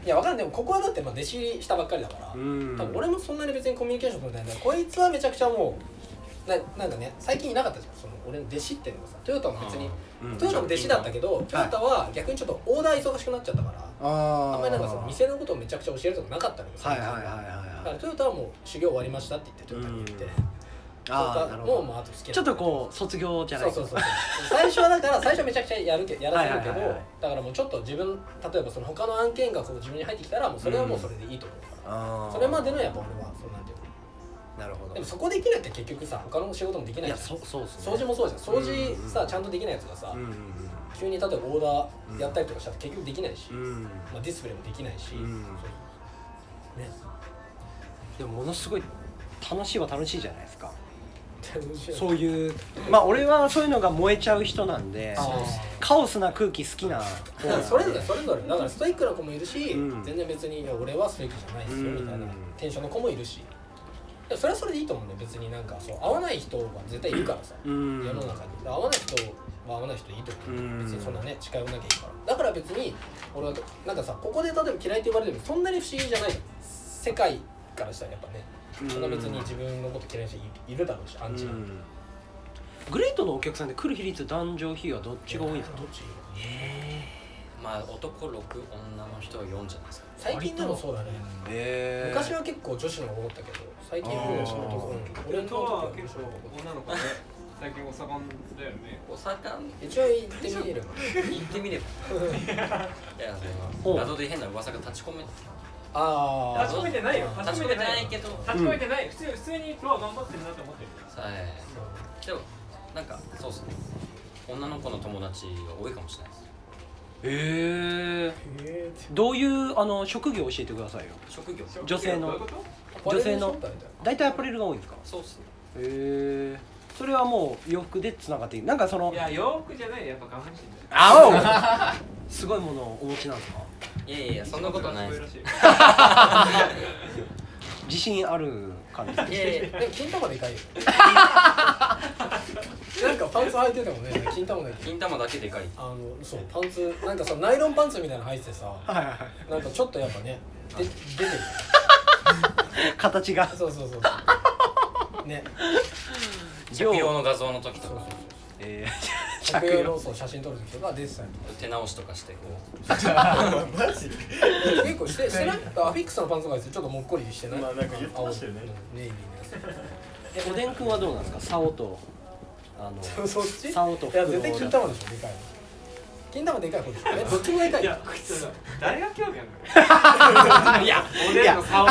いやわかんないでもここはだってまあ弟子入りしたばっかりだからうん多分俺もそんなに別にコミュニケーション取れないんだけどこいつはめちゃくちゃもうななんかね最近いなかったじゃんその俺の弟子っていうのがさトヨタも別にうんトヨタも弟子だったけどトヨタは逆にちょっとオーダー忙しくなっちゃったからああんまりなんかその店のことをめちゃくちゃ教えるとかなかったのよはいはいはいだはからトヨタはもう修行終わりましたって言ってトヨタに言ってうんトヨあーなタるほどももうあと好きなちょっとこう卒業じゃないそうそうそうそう最初はだから最初はめちゃくちゃやるけやらせるけどはいはいはいはいだからもうちょっと自分例えばその他の案件がこう自分に入ってきたらもうそれはもうそれでいいと思うから、 あーそれまでのやっぱ俺はそうなんていうのなるほどでもそこできなきゃ結局さ他の仕事もできないいやじゃんそそうっすね掃除もそうじゃん掃除うんさちゃんとできないやつがさ、 うんうん急に例えばオーダーやったりとかしたら結局できないし、 うんうんまあ、ディスプレイもできないし、 うんそうねでもものすごい楽しいは楽しいじゃないですかそそういうまあ俺はそういうのが燃えちゃう人なんであカオスな空気好きな方なんでそれぞれそれぞれだからストイックな子もいるし、 うん全然別にいや俺はストイックじゃないですよみたいなうんテンションの子もいるしでもそれはそれでいいと思うんだよ別になんかそう合わない人は絶対いるからさ、 うん世の中に合わない人は合わない人いいと思う、 うん別にそんなね近寄らなきゃいいからだから別に俺はなんかさここで例えば嫌いって言われてもそんなに不思議じゃない世界からしたらやっぱねそんな別に自分のこと嫌いな人いるだろうしアンチなんて、 うんグレートのお客さんで来る比率男女比はどっちが多いんですかどっちまあ男ろく女の人よんじゃないですか最近でもそうだねへ昔は結構女子の方が多かったけど最近もう仕事うん俺の時とはは結構女の子で最近お盛んだよねお盛ん一応行ってみれば言ってみればいやお謎で変な噂が立ち込めああ立ち込めてないよ立ち込めてないけど立ち込めてない普通普通にプロは頑張ってるなって思ってるさえでもなんかそうっすね女の子の友達が多いかもしれないですえへどういうあの職業教えてくださいよ職業女性のどういうことー女性のアパレルショップみたいな大体アパレルが多いんですかそうっすねへえそれはもう洋服でつながっているなんかそのいや洋服じゃないやっぱ下半身だよあおすごいものをお持ちなんですかいやいやいやそんなことないですらしい自信ある感じですいやいやでも金玉でかいよなんかパンツ履いててもね金玉でかい金玉だけでかいあのそうパンツなんかさナイロンパンツみたいなの履いててさはいはいはいなんかちょっとやっぱねで出てる形がそうそうそうそうね着用の画像の時とかそうそうそうえー、 着用のそう写真撮る時とか出てたりとか手直しとかしてこうマジ結構してしてないアフィックスのパンツがちょっともっこりしてないまあなんか言ってましたよね青ネイビーのやえおでんくんはどうなんですか竿とあのつそっち竿といや絶対金玉でしょでかいの金玉でかい方でしょえどっちもでかいいや誰が興味あるのいやおでんの竿誰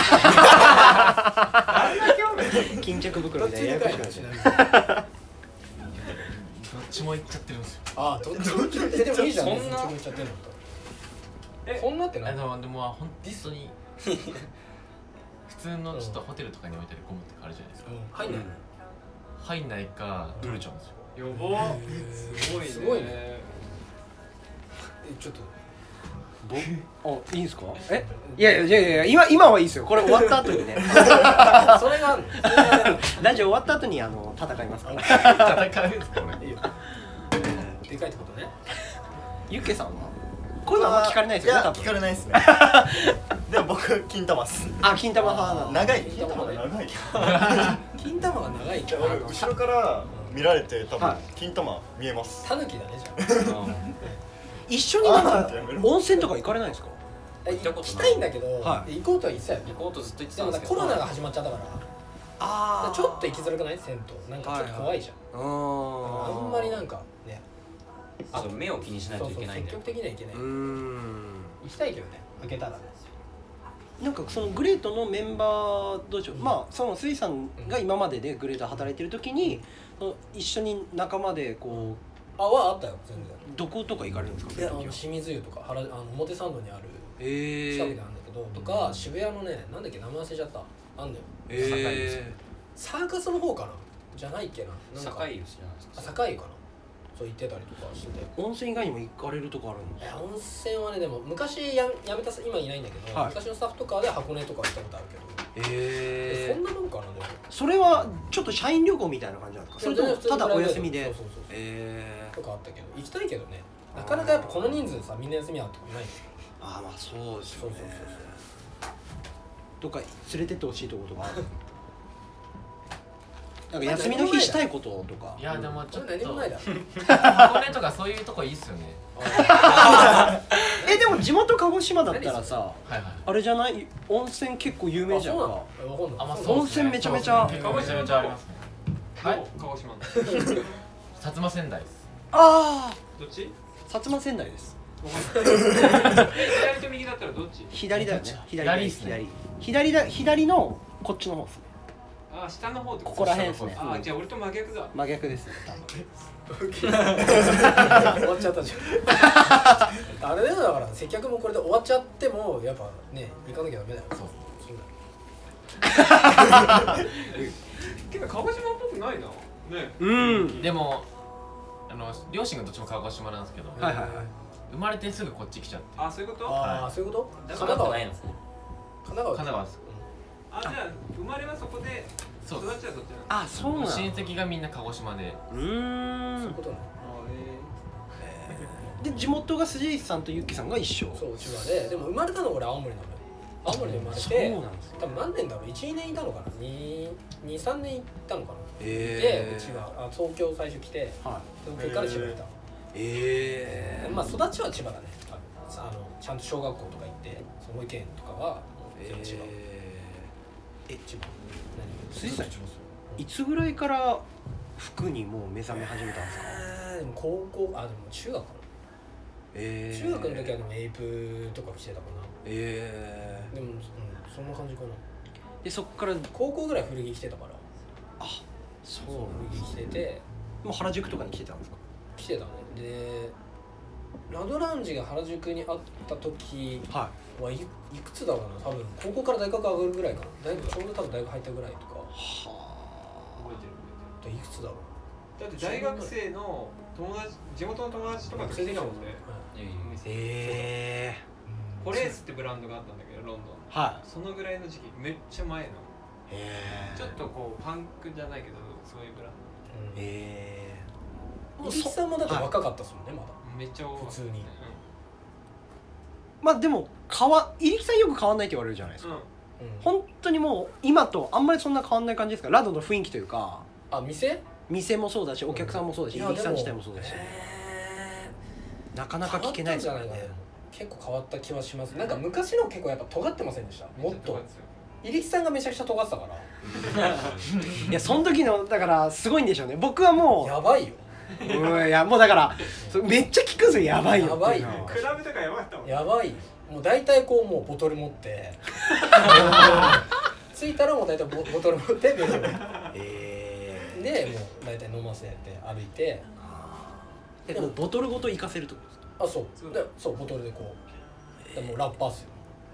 が興味ある巾着どっ袋でやちでかいのやこしくなっちゃうちなみにどっちも行っちゃってるんですよ。 あどっちもいっちゃってでもいいじゃんそんなどっちもいっちゃってんのえそんなってないあのでもほん本当に普通のちょっとホテルとかに置いてるゴムってあるじゃないですか。 うん入んない入んないか取れちゃうんですよ。 予防すごいねすごいねえちょっとぼあいいんですかえいやいやいやいや今今はいいですよこれ終わった後にねそれがあるのそれがあるのラジオ終わった後にあの戦いますから戦うんですかこれ。 いいよでかいってことねゆっけさんはこういうのあんま聞かれないですよね多分いや聞かれないですねでも僕金玉っすあ金玉派なんだ長い金玉がね長い金玉が長いじゃあ俺後ろから見られて多分はい金玉見えますタヌキだねじゃあ一緒になんあかーやめろ温泉とか行かれないんですかえ行ったことない行きたいんだけど、 はい行こうとは言ってたよね行こうとずっと言ってでもさたんですけどコロナが始まっちゃったからあちょっと行きづらくない銭湯なんかちょっと怖いじゃん、 うーんあんまりなんかねあと目を気にしないそうそうといけないんで積極的にはいけないうーん行きたいけどね開けたらねなんかそのグレートのメンバー同士、まあそのスイさんが今まででグレートで働いてる時に、その一緒に仲間でこあはあったよ全然うどことか行かれるんですかいやあのその時は清水湯とか原あの表参道にあるえ近くにあるんだけど、とか渋谷のねなんだっけ名前忘れちゃったあんのよえサーカスの方かなじゃないっけななんか堺じゃないですかあ堺かなそう行ってたりとかしててー、温泉以外にも行かれるとこあるんでいや温泉はねでも昔ややめた今いないんだけど、 はい昔のスタッフとかで箱根とか行ったことあるけど、 えそんなもんかなでもそれはちょっと社員旅行みたいな感じなんですかそれともただお休みでそうそうそうえとかあったけど行きたいけどねなかなかやっぱこの人数さみんな休み合うとかないああまあそうですよね。 そうそうそうとか連れてってほしいとことかあるなんか休みの日したいこととか。 いやでもちょっと何もないだろ箱根とかそういうとこいいっすよね。 えでも地元鹿児島だったらさはいはい。 あれじゃない温泉結構有名じゃんか。 あそうなのわかんないあまあそう温泉めちゃめちゃそうですねめちゃめちゃありますね。はい。 鹿児島の薩摩仙台です。 ああどっち？ 薩摩仙台です。 左と右だったらどっち？ 左だよね。 左っすね左左だ左のこっちの方ですね。 あ、下の方ってここら辺ですね。 あ、じゃあ俺と真逆だ。 真逆ですね。 終わっちゃったじゃんあれだよだから接客もこれで終わっちゃってもやっぱね行かなきゃダメだよそうけど鹿児島っぽくないな。ね。 うん。 でもあの両親がどっちも鹿児島なんですけど、 はいはいはい。 生まれてすぐこっち来ちゃってあ、そういうこと？ ああ、 はいそういうことだ神奈川からないの神奈川神奈川です。 あ、じゃあ生まれはそこでそう育ちはそっちなの。 あそうなん。 親戚がみんな鹿児島で。 うそういー。 うんことねで地元が辻石さんとユッキさんが一緒。 そう千葉ででも生まれたの俺青森なのよ青森で生まれそうてなんですよ。 多分何年だろういち、にねんいたのかなに、に、さんねんいったのかなえでうちはあ東京最初来ては東京から千葉にいたい。ええ。 まあ育ちは千葉だね多分あのちゃんと小学校とか行ってその保育園とかはもう全部千葉え千葉辻さんいつぐらいから服にもう目覚め始めたんですか。 何でも高校あでも中学かええ。 な中学の時はでもエイプとか着てたかええ。 なでも、うん、そんな感じかなでそっから高校ぐらい古着着てたからそう古着着ててもう原宿とかに来てたんですか。 来てたねでラドラウンジが原宿にあった時ははいいくつだろうな多分高校から大学上がるぐらいかな大学ちょうど多分大学入ったぐらいとかい。は覚えてる覚えてる。 いくつだろうだって大学生の友達、地元の友達とかと来てたもんね。 ええ。 ホレースってブランドがあったんだけどロンドン。 はい。 そのぐらいの時期めっちゃ前の。 ええ。 ちょっとこうパンクじゃないけどそういうブランええ。 入木さんもだって若かったっすもんねまだド。めっちゃ多かった普通にまあでも変わ入木さんよく変わんないって言われるじゃないですか。 うん。うん。 本当にもう今とあんまりそんな変わんない感じですか。ラドの雰囲気というかあ店店もそうだしお客さんもそうだしいや入木さんでも自体もそうだしへなかなか聞けないですよね変わったんじゃないかな結構変わった気はしますなんか昔の結構やっぱ尖ってませんでしたもっと入木さんがめちゃくちゃ尖ってたからいやその時のだからすごいんでしょうね。僕はもやばいよううんいやもうだからそめっちゃ聞くんですよ。やばいよってうのはやばいよクラブとかやばかったもん。 やばいよもう大体こうもうボトル持って着いたらもう大体ボボトル持ってベルトええ。 でもう大体飲ませて歩いてえでもボトルごと行かせるってことですか。 あそうでそうボトルでこうでもうラッパーっすよ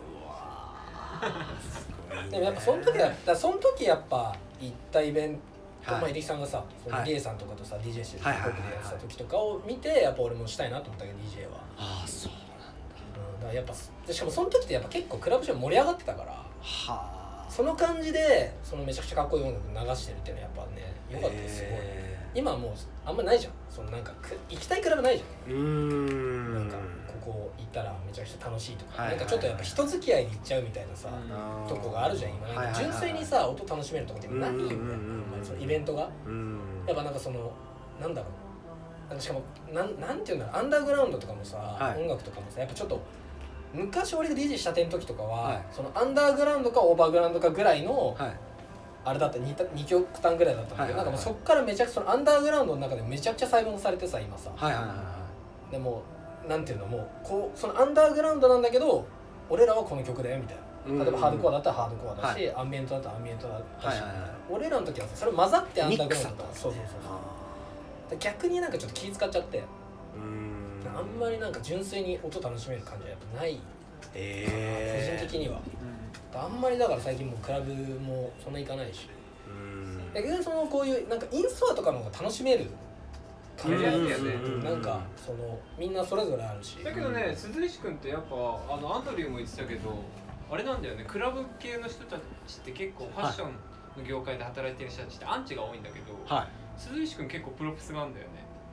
でもやっぱその時はだからその時やっぱ行ったイベント、 はいまあ入木さんがさそのはいリエさんとかとさ ディージェー してるはいはいはいはい僕でやってた時とかを見てやっぱ俺もしたいなと思ったけど ディージェー は、 ああそううん、だからやっぱでしかもその時ってやっぱ結構クラブショー盛り上がってたからはあその感じでそのめちゃくちゃかっこいい音楽流してるっていうのはやっぱね良かったですすごいえ今はもうあんまないじゃんそのなんかく行きたいクラブないじゃんーうーんなんかここ行ったらめちゃくちゃ楽しいとか、 はいはいはいなんかちょっとやっぱ人付き合いで行っちゃうみたいなさ、 あーとこがあるじゃん今なんかはいはいはい純粋にさ音楽しめるとこって今ないよねうんうんうんうんそのイベントがうんやっぱなんかそのなんだろうなんかしかもなんなんていうんだろうアンダーグラウンドとかもさ、 はい音楽とかもさやっぱちょっと昔俺が ディージェー したての時とかは、 はいそのアンダーグラウンドかオーバーグラウンドかぐらいの、 はいあれだった 2, 2極端ぐらいだったんだけど、 はいはいはいなんかもうそっからめちゃくちゃそのアンダーグラウンドの中でめちゃくちゃ細分されてさ今さ、 はいはいはいはでもなんていうのもうこうそのアンダーグラウンドなんだけど俺らはこの曲だよみたいうんな例えばハードコアだったらハードコアだし、 はアンビエントだったらアンビエントだったし、 はいはいはい俺らの時はさそれ混ざってアンダーグラウンドだったミックスだったんですねそうそうそうで逆になんかちょっと気使っちゃってうーんあんまりなんか純粋に音楽しめる感じはやっぱない、 え個人的にはあんまりだから最近もうクラブもそんな行かないしうーんだけどそのこういうなんかインストアとかの方が楽しめる感じなんですよねうんなんかそのみんなそれぞれあるしだけどね、鈴石君ってやっぱあのアンドリューも言ってたけどあれなんだよね、クラブ系の人たちって結構ファッションの業界で働いてる人たちってアンチが多いんだけど、 はい鈴石君結構プロプスがあるんだよね。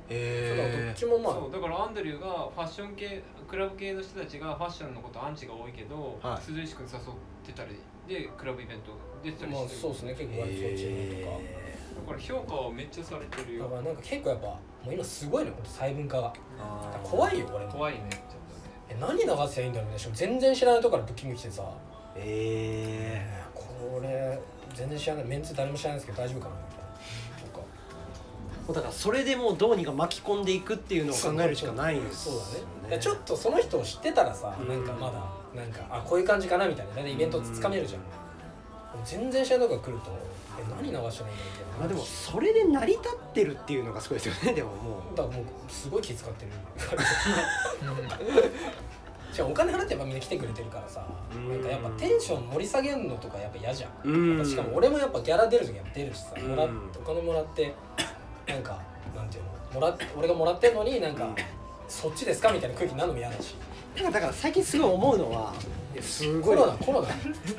えそうだからどっちもまあそうだからアンドリューがファッション系クラブ系の人たちがファッションのことアンチが多いけど、 はい、 鈴石くん誘ってたりでクラブイベント出てたりまあしてる、 そうですね結構割とそっちのとか、 だから評価はめっちゃされてるよ。 だからなんか結構やっぱもう今すごいねほんと細分化があー怖いよ俺も怖いねちょっえ何流せばいいんだろうねしかも全然知らないとこからブッキング来てさえこれ全然知らないメンツ誰も知らないですけど大丈夫かなみたいなとかー、だからそれでもうどうにか巻き込んでいくっていうのを考えるしかないんですそうよだねちょっとその人を知ってたらさ、 うんなんかまだなんかあこういう感じかなみたいな大体イベントつかめるじゃん、全然知らないとこが来るとえ何流したらいいんだみたいな、 まあでもそれで成り立ってるっていうのがすごいですよね。でももうだからもうすごい気遣ってるしかもお金払ってやっぱみんな来てくれてるからさ、 うんなんかやっぱテンション盛り下げるのとかやっぱ嫌じゃん、 うんしかも俺もやっぱギャラ出る時やっぱ出るしさ、もらっうんお金もらってなんかなんていうのもらっ俺がもらってんのになんか、 うんそっちですかみたいな空気になるのも嫌だしだからだから最近すごい思うのは、いやすごいコロナコロナ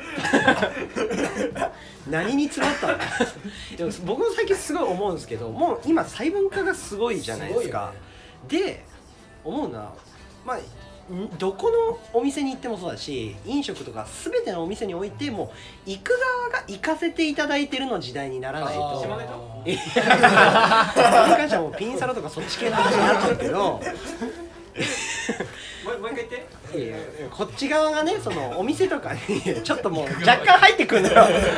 何に詰まったのでも僕も最近すごい思うんですけど、もう今細分化がすごいじゃないですか。で思うのは、まあんどこのお店に行ってもそうだし、飲食とか全てのお店においても行く側が行かせていただいてるの時代にならないと、 島根かいやそれに関してはもうピンサロとかそっち系の話になっちゃうけどもうもう一回言っていやいやこっち側がね、そのお店とかにちょっともう若干入ってくるのよ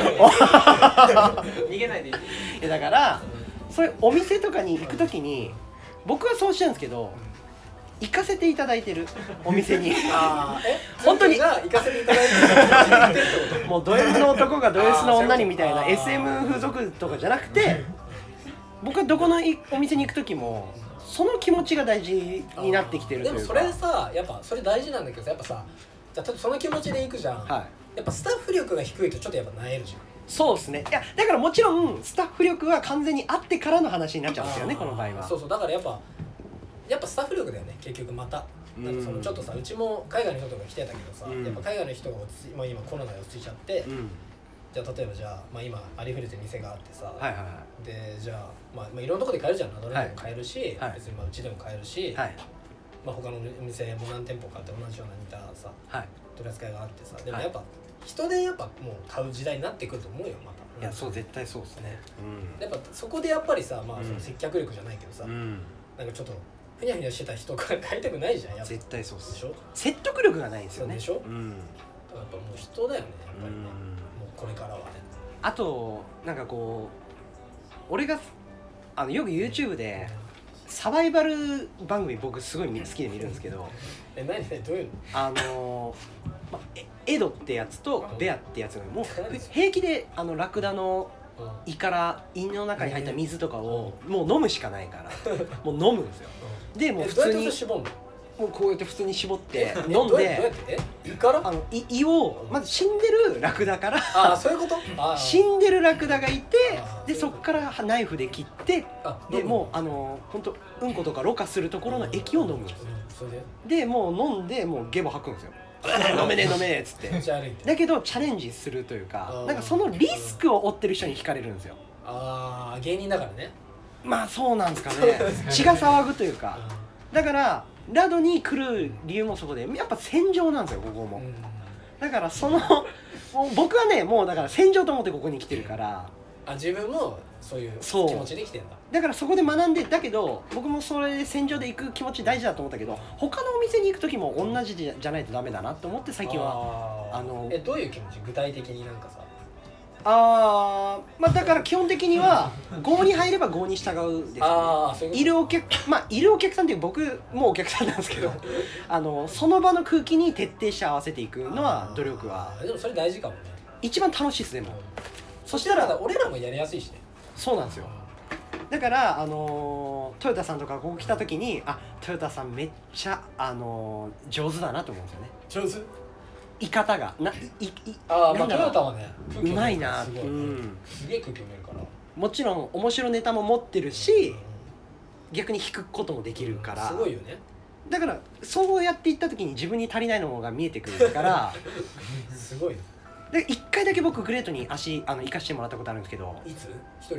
逃げないでいいいやだからそういうお店とかに行くときに僕はそうしてるんですけど、行かせていただいてるお店にあーえ本当にが行かせていただいてるってこともうド S の男がド S の女にみたいなあーエスエム 風俗とかじゃなくて、僕はどこのいお店に行くときもその気持ちが大事になってきてるというか。 でもそれさやっぱそれ大事なんだけどさやっぱさじゃあ例えばその気持ちで行くじゃん、 はい、 やっぱスタッフ力が低いとちょっとやっぱ萎えるじゃんそうですね。いやだからもちろんスタッフ力は完全にあってからの話になっちゃうんですよね、 あーこの場合は。 そうそうだからやっぱやっぱスタッフ力だよね結局またうんなんかそのちょっとさうちも海外の人とか来てたけどさ、 うんやっぱ海外の人が落ち着い、まあ、今コロナで落ち着いちゃって、 うん、 じゃあ例えばじゃあ、まあ、今ありふれて店があってさ、 はいはいはでじゃあ、まあ、まあいろんなとこで買えるじゃんナドレでも買えるし、 はい別にまあうちでも買えるし、 いはいまあ、他のお店も何店舗かあって同じような似たさはい。 取り扱いがあってさでもはいやっぱ、人でやっぱもう買う時代になってくると思うよまたいやそう絶対そうですね。 やっぱそこでやっぱりさ、まあ、 うんその接客力じゃないけどさ、 うん、うん、 なんかちょっとふにゃふにゃしてた人から買いたくないじゃんやっぱ絶対そうっす。 でしょ説得力がないんですよね。 そうでしょうん。 やっぱもう人だよねやっぱりね、 うんもうこれからはねあとなんかこう俺があのよく YouTube でサバイバル番組僕すごい好きで見るんですけど、 え何何どういうのあのまえエドってやつとベアってやつがもう平気であのラクダの胃から胃の中に入った水とかをもう飲むしかないからもう飲むんですよ。でもうえどうやって普通に絞んのもうこうやって普通に絞ってえ飲んどうやどうやでってえ胃からあの胃胃をまず死んでるラクダからああそういうことあー死んでるラクダがいてあーでそこからナイフで切ってあでもうあの本当うんことかろ過するところの液を飲むんですよ。 うんそれででもう飲んでもうゲボ吐くんですよ飲めねえ飲めねえっつって気持ち悪いってだけどチャレンジするというかあーなんかそのリスクを負ってる人に惹かれるんですよ。 ああ芸人だからねまあそうなんですかね血が騒ぐというかだからラドに来る理由もそこでやっぱ戦場なんですよここもうんだからそのもう僕はねもうだから戦場と思ってここに来てるからあ自分もそういう気そう持ちで来てんだだからそこで学んでだけど僕もそれで戦場で行く気持ち大事だと思ったけど他のお店に行く時も同じじゃじゃないとダメだなって思って最近はあーあのえどういう気持ち具体的になんかさあーまあだから基本的には郷に入れば郷に従うです、ね、 ああそういうこといるお客まあいるお客さんっていう僕もお客さんなんですけどあのその場の空気に徹底して合わせていくのは努力はあーでもそれ大事かもね一番楽しいですでもそしたら俺らもやりやすいしねそうなんですよだからあのートヨタさんとかここ来た時にあトヨタさんめっちゃあのー上手だなと思うんですよね上手言い方がないいいああまあトなんだろうヨタはねうまいなすごい、 うんすげえ空気読めるからもちろん面白ネタも持ってるし逆に引くこともできるからすごいよねだからそうやっていった時に自分に足りないのが見えてくるからすごいねでいっかいだけ僕グレートに足あの行かしてもらったことあるんですけどいつ一人で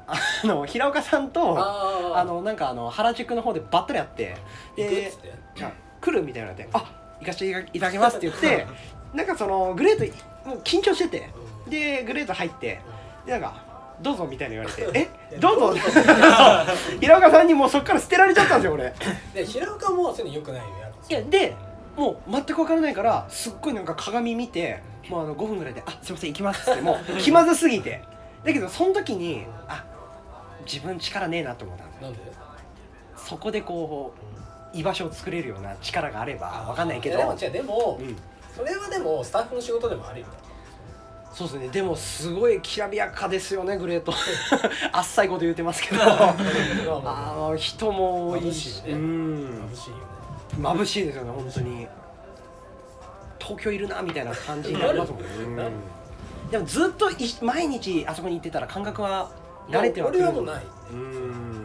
あの平岡さんとああのなんかあの原宿の方でばったり会ってで行くっつってじゃあ来るみたいなので「あ行かせていただきます」って言ってなんかそのグレートもう緊張しててでグレート入ってでなんか「どうぞ」みたいな言われて「えどうぞ」平岡さんにもうそっから捨てられちゃったんですよ俺。 で平岡もそういうのよくないよやっぱいやでもう全く分からないからすっごいなんか鏡見てもうあのごふんぐらいで「あすいません行きます」ってもう気まずすぎてだけどその時にあ自分力ねえなと思ったんですよ。 なんでそこでこう居場所を作れるような力があれば分かんないけどでも違うでも、 うん、 それはでもスタッフの仕事でもあるよそうですねでもすごいきらびやかですよねグレートあっさいこと言ってますけどあの人も多いし眩しいよねうん眩しいよね眩しいですよね本当に東京いるなみたいな感じになりますもんね、うんでもずっとい毎日あそこに行ってたら感覚は慣れてはくる俺はもうないうん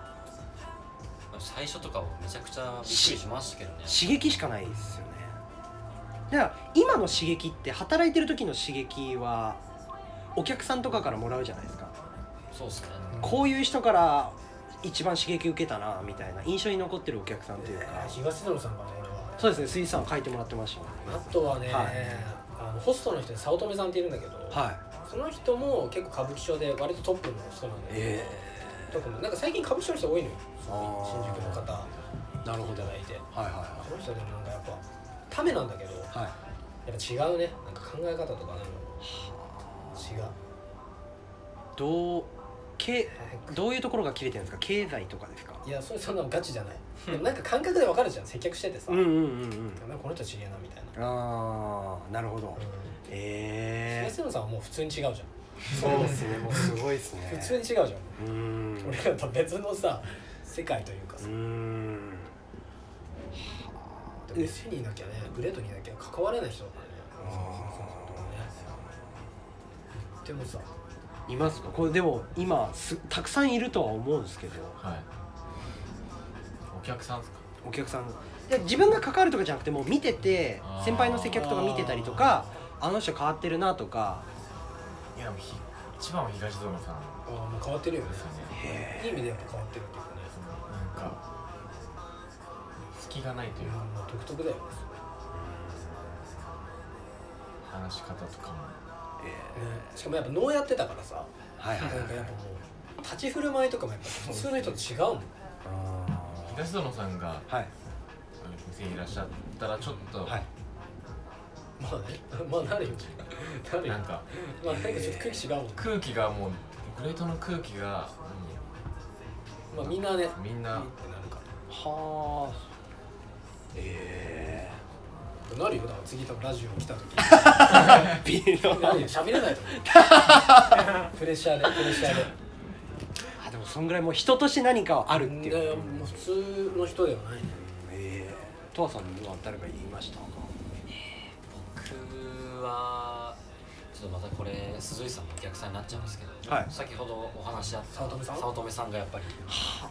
最初とかはめちゃくちゃびっくりしましたけどね。 刺激しかないですよねだから今の刺激って働いてる時の刺激はお客さんとかからもらうじゃないですかそうですね。 こういう人から一番刺激受けたなみたいな印象に残ってるお客さんというか東野さんかな俺はそうですね水さん書いてもらってましたねあとはね、 はいあのホストの人で早乙女さんっているんだけど、 はいその人も結構歌舞伎町で割とトップの人なんだけど、 え特になんか最近歌舞伎町の人多いのよあー新宿の方なるほどいただいてはいはいはその人でもなんかやっぱためなんだけどいはいやっぱ違うねなんか考え方とかなんか違うどうけどういうところが切れてるんですか経済とかですかいやそれそんなのガチじゃないでもなんか感覚でわかるじゃん接客しててさ、 うんうんうんうんなんかこの人違えなみたいな、 ああなるほどうんええ東野さんはもう普通に違うじゃんそうですねもうすごいですね普通に違うじゃんうーん俺らと別のさ世界というかさうーんでも店にいなきゃねグレートにいなきゃ関われない人だからねでもさいますかこれでも今すたくさんいるとは思うんですけどはいお客さんですかお客さんいや自分が関わるとかじゃなくてもう見ててあー先輩の接客とか見てたりとかあの人変わってるなとかいやでもひ一番は東園さんああもう変わってるよねですよねへいい意味でやっぱ変わってるっていうかねなんか隙がないというかもう独特だよね話し方とかもえねしかもやっぱ能やってたからさーはいはいはいなんかやっぱもう立ち振る舞いとかもやっぱ普通の人と違うもんあ東園さんがーはい店にいらっしゃったらちょっと、 はいまあねまあなるよなるよなんかまあなんかちょっと空気違うもん空気がもうグレートの空気が、 まあみんなねうんみんないいってなるかはあえらなるよだから次多分ラジオ来た時えビールなるよ喋れないと思うプレッシャーでプレッシャーであでもそんぐらいもう人として何かはあるっていうでもう普通の人ではないねええトワさんには誰か言いましたか僕はちょっとまたこれ鈴井さんのお客さんになっちゃうんですけど、 はい先ほどお話しあった早乙女さん早乙女さんがやっぱりは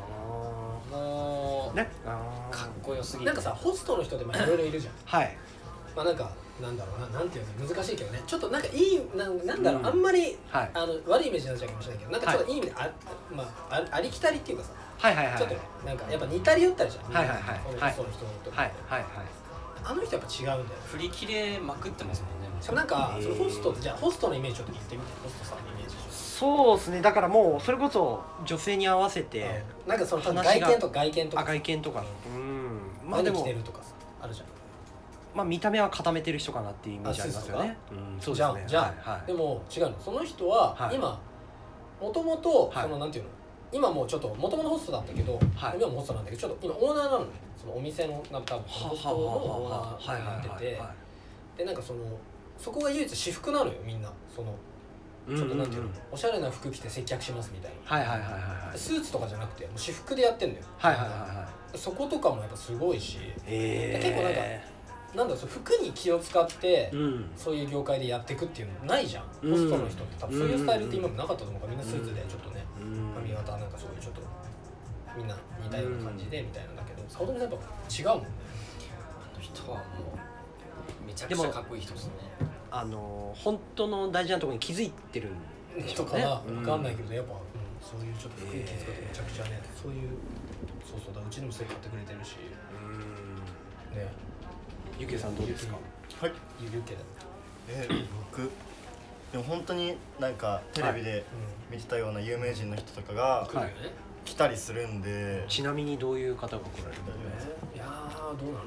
もうあねあーかっこよすぎてなんかさホストの人でもいろいろいるじゃんはいまあなんかなんだろうななんていうの難しいけどねちょっとなんかいいなんなんだろう、 うんあんまりはいあの悪いイメージになっちゃうかもしれないけどなんかちょっといい意味であ、まあ、あありきたりっていうかさはいはいはいちょっとなんかやっぱ似たり寄ったりじゃんはいはいはいこのはい人の人とかはいはいはいあの人やっぱ違うんだよ振り切れまくってますもんね。 しかもなんかへーそのホストってじゃあホストのイメージちょっと言ってみてホストさんのイメージそうですねだからもうそれこそ女性に合わせてなんかその話が外見とか外見とか赤い犬とかうんまあでも何着てるとかさあるじゃんまあ見た目は固めてる人かなっていうイメージありますよねうんそうじですねゃんじゃん、 はいはいでも違うのその人ははい今もともとはいそのなんていうの今もうちょっともともとホストだったけど、 はい今もホストなんだけどちょっと今オーナーなのねそのお店のなんか多分ホストのオーナーになっててでなんかそのそこが唯一私服なのよみんなそのちょっとなんていうの、おしゃれな服着て接客しますみたいな、 はいはいはいはいはいスーツとかじゃなくてもう私服でやってんのよはいはいはいはいそことかもやっぱすごいしえ結構なんかなんだろうその服に気を使ってうんそういう業界でやっていくっていうのないじゃん、 うんホストの人って多分そういうスタイルって今もなかったと思うからみんなスーツでちょっとね、 うん髪型なんかそういうちょっとみんな似たような感じでみたいなんだけど早乙女さんやっぱ違うもんねあの人はもうめちゃくちゃかっこいい人ですね。 あの本当の大事なところに気づいてるんとかはうん分かんないけどやっぱ、うん、そういうちょっと服に気遣ってめちゃくちゃね、そういうそうそうだうちでもそれ買ってくれてるしうんねゆきさんどうですか？ はい。 ゆるけどえー、僕でも本当になんかテレビで見てたような有名人の人とかがはい来るよね、 来たりするんで、 ちなみにどういう方が来られるの？ いやーどうなの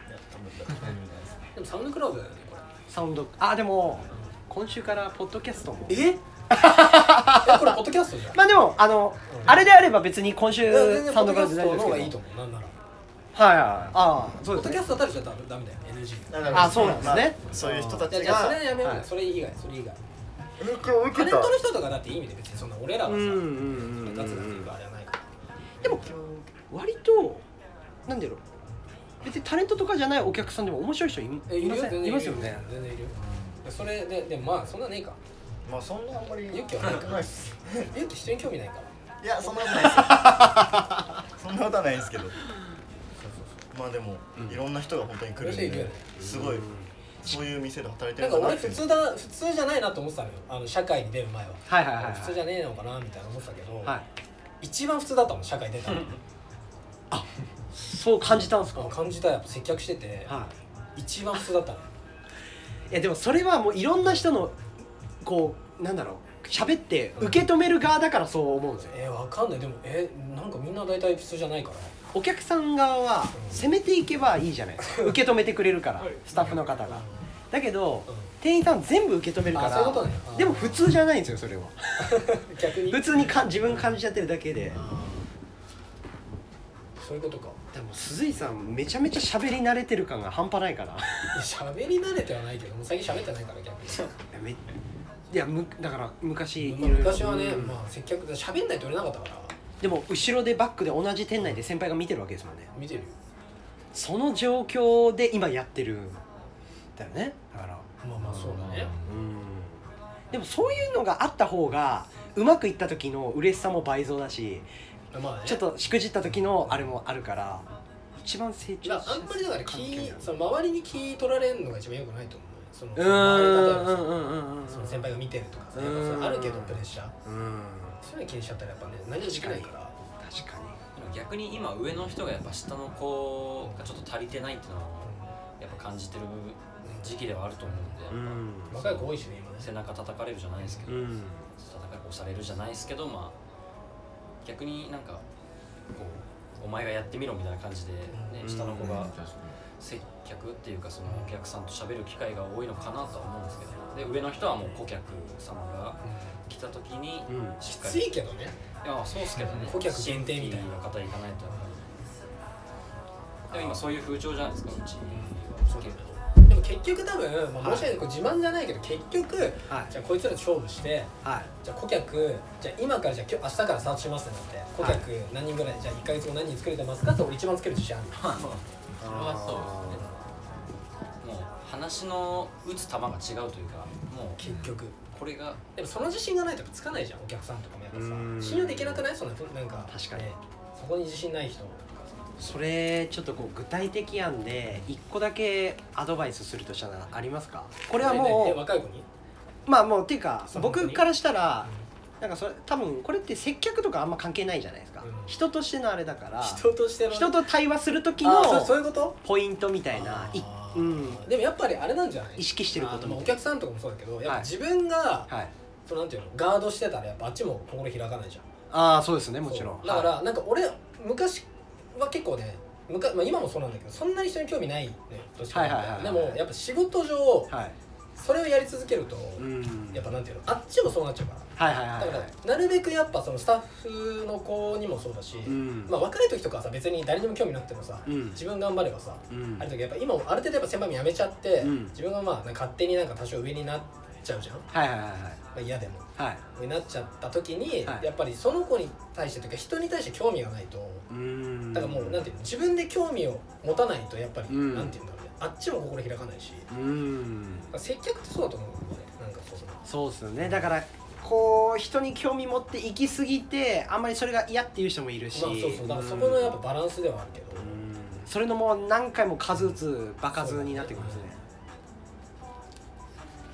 でもサウンドクラウドだよねこれサウンドあでも今週からポッドキャストもええこれポッドキャストじゃんまあでもあの、うん、あれであれば別に今週いや全然サウンドクラウドポッドキャストの大丈夫ですけど方がいいと思うなんならはいはいああそうですねポッドキャストだったらじゃダメだよ エヌジーだからあそうなんですねまあそういう人たじゃちじゃあそれはがやめようよ、 はいそれ以外それ以外影響を受タレンけたトの人とかだっていい意味で別にそんな俺らはさうんうんうんうんガツガツ言うあれはないからでも割となんだろう別にタレントとかじゃないお客さんでも面白い人いえいるいませんよ全然いるいますよね全然いるよそれででもまあそんなねえかまあそんなあんまり勇気はないかないっす勇気人に興味ないからいやそんなことないっすよそんなことはないんですけどまあでも、 うんいろんな人が本当に来るんでいるよねすごいそういう店で働いてなんか俺るんだなって普通だ普通じゃないなと思ってたのよあの社会に出る前ははいはいはいはい普通じゃねえのかなみたいな思ってたけど、 はい一番普通だったもん社会出たのそう感じたんですか？は感じたやっぱ接客してて、 い一番普通だったのいやでもそれはもういろんな人のこうなんだろう喋って受け止める側だからそう思うんですよ。 えー、わかんないでもえなんかみんな大体普通じゃないからお客さん側は攻めていけばいいじゃないですか。受け止めてくれるからスタッフの方が。だけどうん店員さん全部受け止めるかあそういうことらねあーでも普通じゃないんですよそれは。 逆に普通にか自分感じちゃってるだけで。 そういうことかでも鈴井さんめちゃめちゃ喋り慣れてる感が半端ないから。 喋り慣れてはないけどもう最近喋ってないから逆にめいやむだから昔いまあろいろ昔はね、 うんまあ接客で喋んないと売れなかったからでも後ろでバックで同じ店内で先輩が見てるわけですもんね。 見てるよその状況で今やってるんだよね。だからまあまあそうだねうんでもそういうのがあった方がうまくいった時の嬉しさも倍増だしまあねちょっとしくじった時のあれもあるから一番成長しやすいまああんまりだから環境気その周りに気取られるのが一番良くないと思うそのう周り例えばさんうんうんうんうんその先輩が見てるとかさうんやっぱそれあるけどプレッシャーうんそういうの気にしちゃったらやっぱね何もできないから確かでも逆に今上の人がやっぱ下の子がちょっと足りてないっていうのはやっぱ感じてる時期ではあると思うんで、 にうん若い子多いしね今ね背中叩かれるじゃないですけど、 うん叩かれ押されるじゃないですけど、まあ逆になんかこうお前がやってみろみたいな感じで、ね、 うん下の子が確か接客っていうかそのお客さんと喋る機会が多いのかなとは思うんですけど、で上の人はもう顧客様が来た時にうんしっきかり、 ついけどねいやそうっすけどね、 顧客限定みたいな新規の方行かないとやっぱり。でも今そういう風潮じゃないですか、うちは。 そうだねでも結局多分、まあ、申し訳ないこれ自慢じゃないけど結局はいじゃあこいつらと勝負してはいじゃあ顧客じゃあ今からじゃあ今日明日からスタートしますってなって顧客何人ぐらいじゃあいっかげつご何人作れてますかって俺一番つける自信あるそれはそうですね。もう話の打つ球が違うというか、もう結局これがでもその自信がないとやっぱつかないじゃんお客さんとかもやっぱうんさ信用できなくないそんななんか確かにねそこに自信ない人それちょっとこう具体的案で一個だけアドバイスするとしたらありますか？これはえもうえ若い子にまあもうっていうかそう本当に僕からしたらなんかそれ多分これって接客とかあんま関係ないじゃないですか、 うん人としてのあれだから人としての人と対話する時あそうそうのいうことポイントみたいな、いあーうん、 でもやっぱりあれなんじゃない意識してることあのもお客さんとかもそうだけどやっぱはい自分が、 はいそのなんていうのガードしてたらやっぱあっちも心開かないじゃんああそうですねもちろんそうだから、なんか俺昔は結構ねむか、まあ、今もそうなんだけどそんなに人に興味ないねどっちかっていうとはいはいはいでもやっぱ仕事上はい、はいそれをやり続けると、 うんやっぱなんていうのあっちもそうなっちゃうからはいはいはいだかはいらなるべくやっぱそのスタッフの子にもそうだし、 うんまあ若い時とかはさ別に誰にも興味なくてもさ、 うん自分頑張ればさ、 うんある時やっぱ今もある程度やっぱ先輩も辞めちゃって、 うん自分がまあなんか勝手になんか多少上になっちゃうじゃん、まはいはいはいあ、嫌でもはい上になっちゃった時に、 はいやっぱりその子に対してというか人に対して興味がないとうんだからもうなんていうの自分で興味を持たないとやっぱり、 うんなんていうんだろうねあっちも心開かないしうん接客ってそうだと思うんだよねなんかそうそうですよねだからこう人に興味持って行き過ぎてあんまりそれが嫌っていう人もいるし、 まあそうそうだからそこのやっぱバランスではあるけど、 うんそれのもう何回も数打つ場数になってくるんですね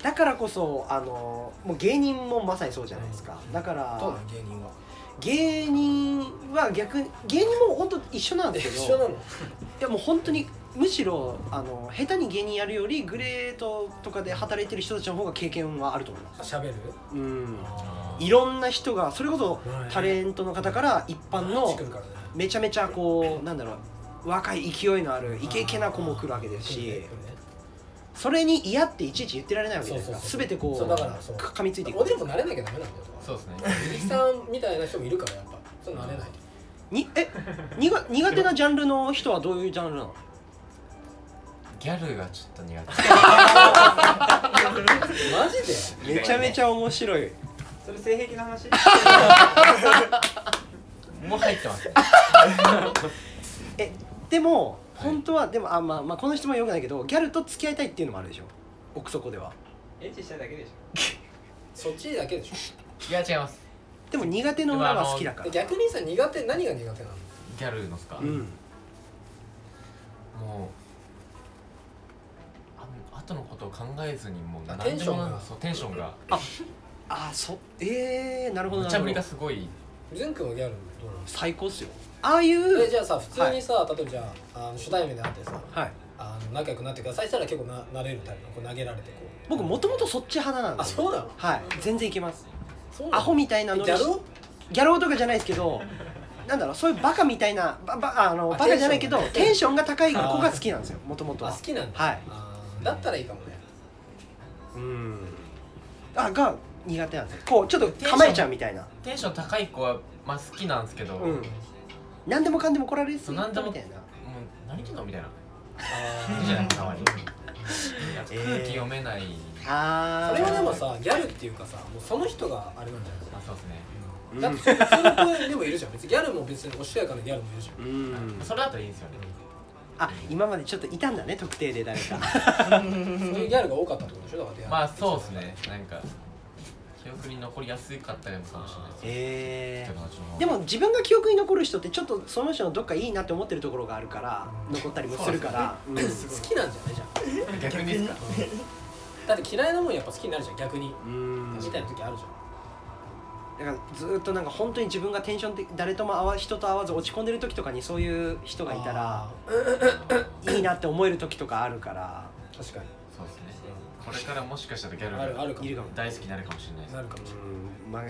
だからこそあのもう芸人もまさにそうじゃないですか。だからどうなん芸人は芸人は逆に芸人も本当一緒なんですけど、 一緒なのいやもう本当にむしろあの下手に芸人やるよりグレートとかで働いてる人たちの方が経験はあると思います。 喋るうんあいろんな人がそれこそはいタレントの方から一般の来るからねめちゃめちゃこうなんだろう若い勢いのあるイケイケな子も来るわけですし、それに嫌っていちいち言ってられないわけじゃないですか。 そうそうそう全てこそうだからそうう噛みついていく。 おでんも慣れなきゃダメなんだよそうですね鈴木さんみたいな人もいるからやっぱそう慣れないとにえにが苦手なジャンルの人はどういうジャンルなの？ ギャルがちょっと苦マジでめちゃめちゃ面白い。 それ性癖の話手もう入ってますねえでも本当はでもあまあまあこの質問はよくないけどギャルと付き合いたいっていうのもあるでしょ。奥底では。 エッチしたいだけでしそっちだけでしょいや違いますでも苦手の裏は好きだから。 逆にさ苦手何が苦手なのギャルのっすか、 うん。 もうあ後のことを考えずにもうあ何でもテンションがそうテンションがあそえー、なるほどなるほど無茶ぶりが。すごいズン君はギャルどうなの最高っすよ。ああいうえじゃあさ普通にさ、例えばじゃあ、あの初対面で会ってさはい。 あの仲良くなってくださいしたら結構な慣れるタイプのこう投げられてこう僕もともとそっち派なんで。 あそうなのはい。全然いけます。 そうなのアホみたいなのギャルをギャル男とかじゃないですけど、なんだろうそういうバカみたいなババあのあバカじゃないけどテンションテンションが高い子が好きなんですよ。もともとあは。 好きなんだはい。 あーだったらいいかもねうん。あが苦手なんですよ。こうちょっと構えちゃうみたいな。 テンション高い子はまあ好きなんですけど、 うんもう何でもかんでも来られるそう何でもみたいな。 何言ってんのみたいなあいいじゃないたまにえー空気読めない、 ああ。 それはでもさギャルっていうかさもうその人があれなんじゃないまあそうですね、 うんだって普通の子でもいるじゃん別にギャルも別におしとやかなギャルもいるじゃんうん。 それだといいんですよね、 あ今までちょっといたんだね特定で誰か。 そういうギャルが多かったってことでしょだから出会いまあそうですねなんか記憶に残りやすかったりもかもしれないですえ友達の方がでも自分が記憶に残る人ってちょっとその人のどっかいいなって思ってるところがあるから残ったりもするから。うん好きなんじゃないじゃん逆にですかだって嫌いなもんやっぱ好きになるじゃん逆にうんみたいな時あるじゃんだからずっとなんか本当に自分がテンションで誰とも会わ人と会わず落ち込んでる時とかにそういう人がいたらいいなって思える時とかあるから確かにそうですねこれからもしかしたらギャルがあるあるかもいるかも。 大好きになるかもしれないですなるかもしれないうんまあ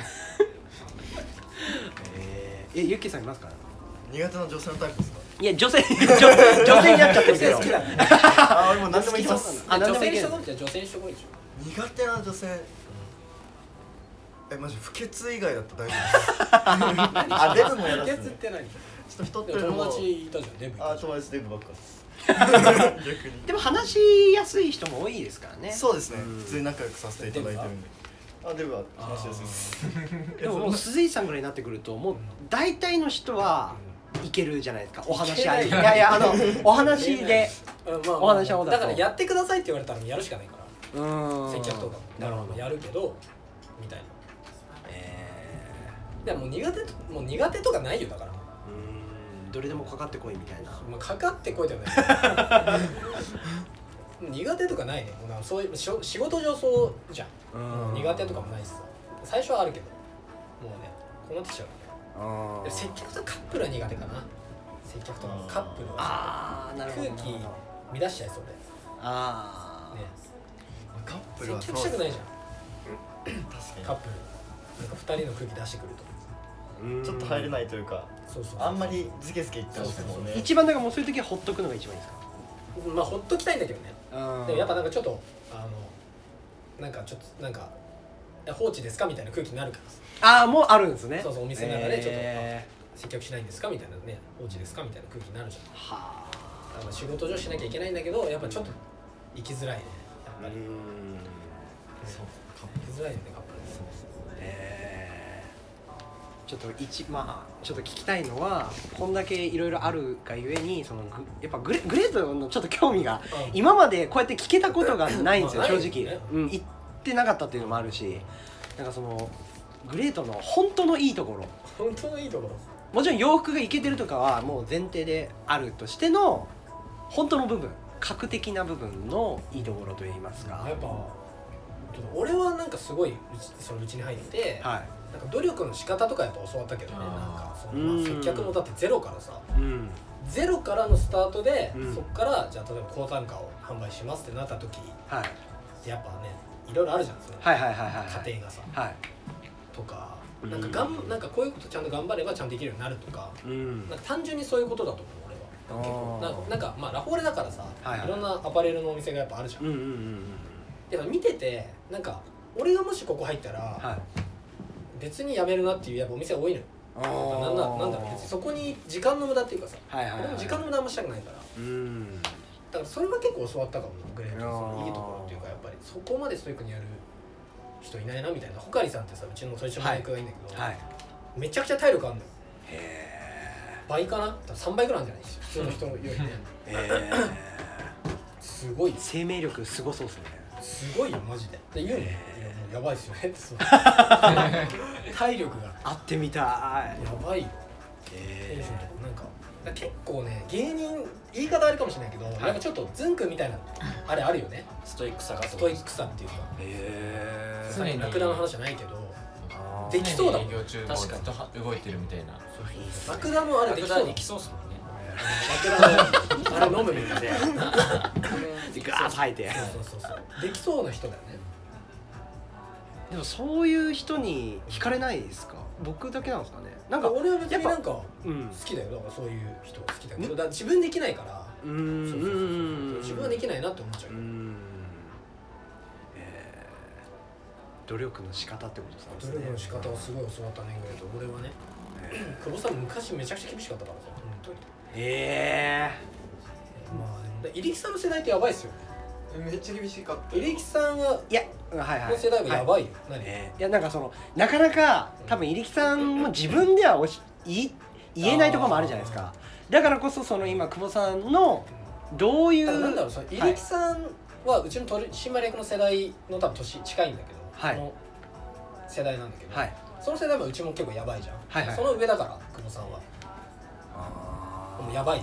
えー、えゆっきーさんいますか？ 苦手な女性のタイプですか？ いや女性女女性になっちゃってるけど好きだねあ俺もう何でもいきますあ何でもいける女性にしとこうじゃあ女性にしとこうでしょ苦手な女性えマジ不潔以外だったら大丈夫ですあデブもやだっ秘すね訣って何ちょっと太ってるのも友達いたじゃんデブいたあじゃん友達デブばっかです逆にでも話しやすい人も多いですからね。 そうですねうん普通に仲良くさせていただいてるんであデブは話しやすいですでももう鈴井さんぐらいになってくるともう大体の人はいけるじゃないですかお話し合いいいけないやいやあのお話でうんまあまあお話はだからやってくださいって言われたらやるしかないかうーんら接客とかもなるほどやるけどみたいなえでももう苦手もう苦手とかないよだからーうーんどれでもかかってこいみたいな。 まあ、かかってこいではない苦手とかないねもうなんかそういうしょ仕事上そうじゃんうん苦手とかもないしさ最初はあるけどもうねこうなってきちゃうあで接客とカップルは苦手かな接客とかカップルはあーなるほど空気なるほど乱しちゃいそうあでねカップルは接客したくないじゃん確かカップルなんかふたりの空気出してくるとににちょっと入れないというかそうそうそうあんまりズケズケ言ってますもんね一番だからもうそういう時はほっとくのが一番いいですか？ まあほっときたいんだけどねうんでもやっぱなんかちょっとあのなんかちょっとなんかえ放置ですかみたいな空気になるからさああもうあるんですね。 そうそうお店の中でちょっとえ接客しないんですかみたいなね放置ですかみたいな空気になるじゃんーはだから仕事上しなきゃいけないんだけどやっぱちょっと行きづらいねやっぱりあうーん行きづらいよねカップルえーちょっと一まあちょっと聞きたいのはこんだけいろいろあるがゆえにそのぐやっぱグレグレートのちょっと興味がうん今までこうやって聞けたことがないんですよまあ正直、 ないよねうん言ってなかったっていうのもあるしなんかそのグレートの本当のいいところ本当のいいところもちろん洋服がイケてるとかはもう前提であるとしての本当の部分格的な部分のいいところといいますかやっぱ俺はなんかすごいうちそのうちに入って、 はなんか努力の仕方とかやっぱ教わったけどね、なんかその、まあうん接客もだってゼロからさ、 い。うん。 ゼロからのスタートで、 うんそっからじゃあ例えば高単価を販売しますってなった時はい。 やっぱねいろいろあるじゃん、そのはいはいはいはい。 家庭がさはい。 とか、 うんなんかがんなんかこういうことちゃんと頑張ればちゃんとできるようになるとか、 うん。 なんか単純にそういうことだと思う俺は。結構あーななんかまあラフォーレだからさ、 はいはいいろんなアパレルのお店がやっぱあるじゃん。 うんうんうんやっぱ見ててなんか俺がもしここ入ったら、 うん。はい。 別に辞めるなっていうやっぱお店多いのよ。 あなんだなんだろう別にそこに時間の無駄っていうかさ、 はいはいはい。 俺も時間の無駄あんましたくないから、 うん。 だからそれは結構教わったかもな、グレートのそあーのいいところっていうかやっぱりそこまでストイックにやる人いないなみたいな。ホカリさんってさうちの取締役がいいんだけど、 はい。 めちゃくちゃ体力あるのよ。 へ倍かな、多分さんばいくらいあるんじゃない普通の人よりね。 え。へえ。 すごいよ生命力すごそうですね。 すごいよマジで。で言うの、いやもうやばいっすよねってそう体力が会ってみたい。 やばいよ。テンションとかなんかだから結構ね芸人言い方あれかもしれないけど、やっぱちょっとズンくんみたいなあれあるよね、 ストイックさがストイックさっていうか。 へえ。 常にラクダの話じゃないけどあーできそうだもん。 営業中もずっとは動いてるみたいな。 ラクダもあれできそうだもん。 できそうっすもんね。 ラクダのあれ飲むみたいな。 でガーッと吐いて。 そうそうそうそうできそうな人だよね。 でもそういう人に惹かれないですか？僕だけなんですかね。なんか俺は別になんか好うん。 きだよ。だからそういう人好きだけど、だから自分できないからうーん。 そうそうそうそう自分はできないなって思っちゃうよ。 うーん。えー努力の仕方ってことですね。 努力の仕方をすごい教わったねぐらいと俺はね。久保さん昔めちゃくちゃ厳しかったからさ本当に。 へえ。 まあでも入木さんの世代ってやばいっすよ。 めっちゃ厳しかった。 入木さんがいや、はいはい。 の世代はやばいよ。何？ えーいやなんかそのなかなか多分入木さんも自分ではおしい言えないところもあるじゃないですか。だからこそその今久保さんのどういうだからなんだろうその入木さんはうちの取締役の世代の多分年近いんだけど、 はいその世代なんだけど、 はいその世代はうちも結構やばいじゃん。 はいはいその上だから久保さんはあもうやばいよ。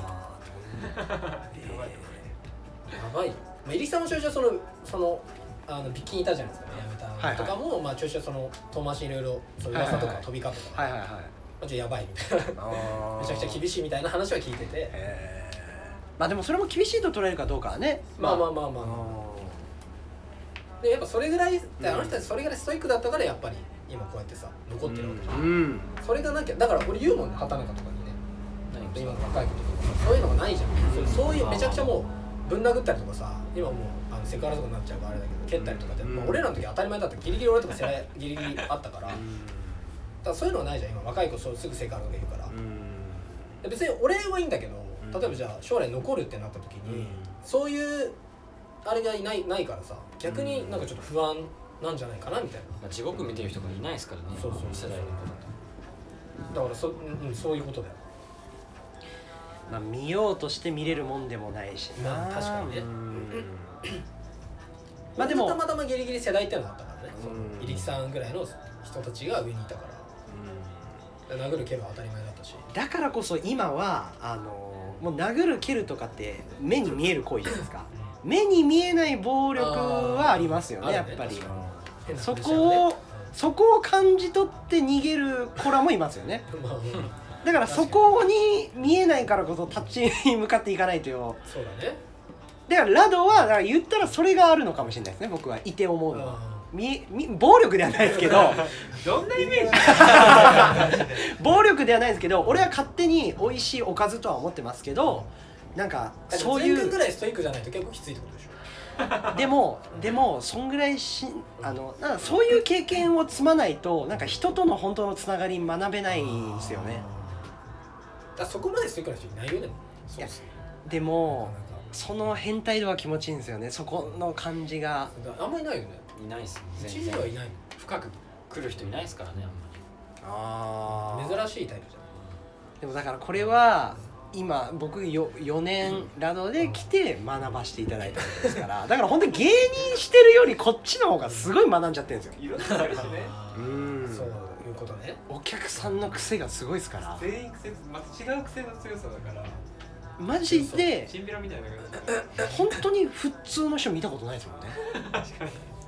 やばいよ。まあ入木さんもちょいちょいそのそのあのビッキンいたじゃないですか、ね、辞めたのとかも、まあちょいちょいその遠回しにいろいろそういう噂とか飛び交ってたから、 はいはいはい。 まあちょっとやばいみたいなあーめちゃくちゃ厳しいみたいな話は聞いてて、 へーまあでもそれも厳しいと捉えるかどうかはね。 まあまあまあまあ、まあ、でやっぱそれぐらいであの人たちそれぐらいストイックだったからやっぱり今こうやってさ残ってるわけじゃん、 うん。 それがなきゃだから俺言うもんね畑中とかにね何今の若い子とかそういうのがないじゃん、そうそういうめちゃくちゃもうぶん殴ったりとかさ今もうあのセクハラとかになっちゃうからあれだけど蹴ったりとかって、 うんまあ、俺らの時当たり前だったギリギリ俺とか世代ギリギリあったからだからそういうのはないじゃん今若い子そうすぐセクハラとか言うから、で別に俺はいいんだけど例えばじゃあ将来残るってなった時に、 うんそういうあれがいないないからさ逆になんかちょっと不安なんじゃないかなみたいな、 まあ、地獄見てる人がいないですからね。 そうそう世代の子だと。 だからそ、うん、そういうことだよ。 まあ見ようとして見れるもんでもないしな。 まあ確かにねうんまあでまあでももたまたまギリギリ世代っていうのがあったからね、 うんその入木さんぐらいの人たちが上にいたから殴る蹴るは当たり前だったし、 だからこそ今はあのもう殴る蹴るとかって目に見える行為じゃないですか。目に見えない暴力はありますよね、 あーやっぱりあるね。変なそプレッシャーがねこをそこを感じ取って逃げる子らもいますよね。 まあうんだからそこに見えないからこそ立ちに向かっていかないとよ。 そうだね。 だからラドはだから言ったらそれがあるのかもしれないですね、僕はいて思うのは。みみ暴力ではないですけどどんなイメージ？ 暴力ではないですけど俺は勝手に美味しいおかずとは思ってますけど、なんかそうい全然ぐうらいストイックじゃないと結構きついってことでしょ。 でもでもそんぐらいしあのなんかそういう経験を積まないとなんか人との本当のつながり学べないんですよね。 だからそこまでストイックな人いないよね。 いやそうっすねでなもかなかその変態度は気持ちいいんですよね、そこの感じが。 あんまりいないよね。 いないっすね。 うち全然にはいない深く来る人いないですからね、あんまり。 あ珍しいタイプじゃでもだからこれは今僕よよねんラドで来て学ばせていただいたことですからだから本当に芸人してるよりこっちの方がすごい学んじゃってるんですよ。 いろんなあるしね。 うんそういうことね。 お客さんの癖がすごいですから全員癖、また違う癖の強さだから。 マジでチンピラみたいな感じ。 本当に普通の人見たことないですもんね。 確かに。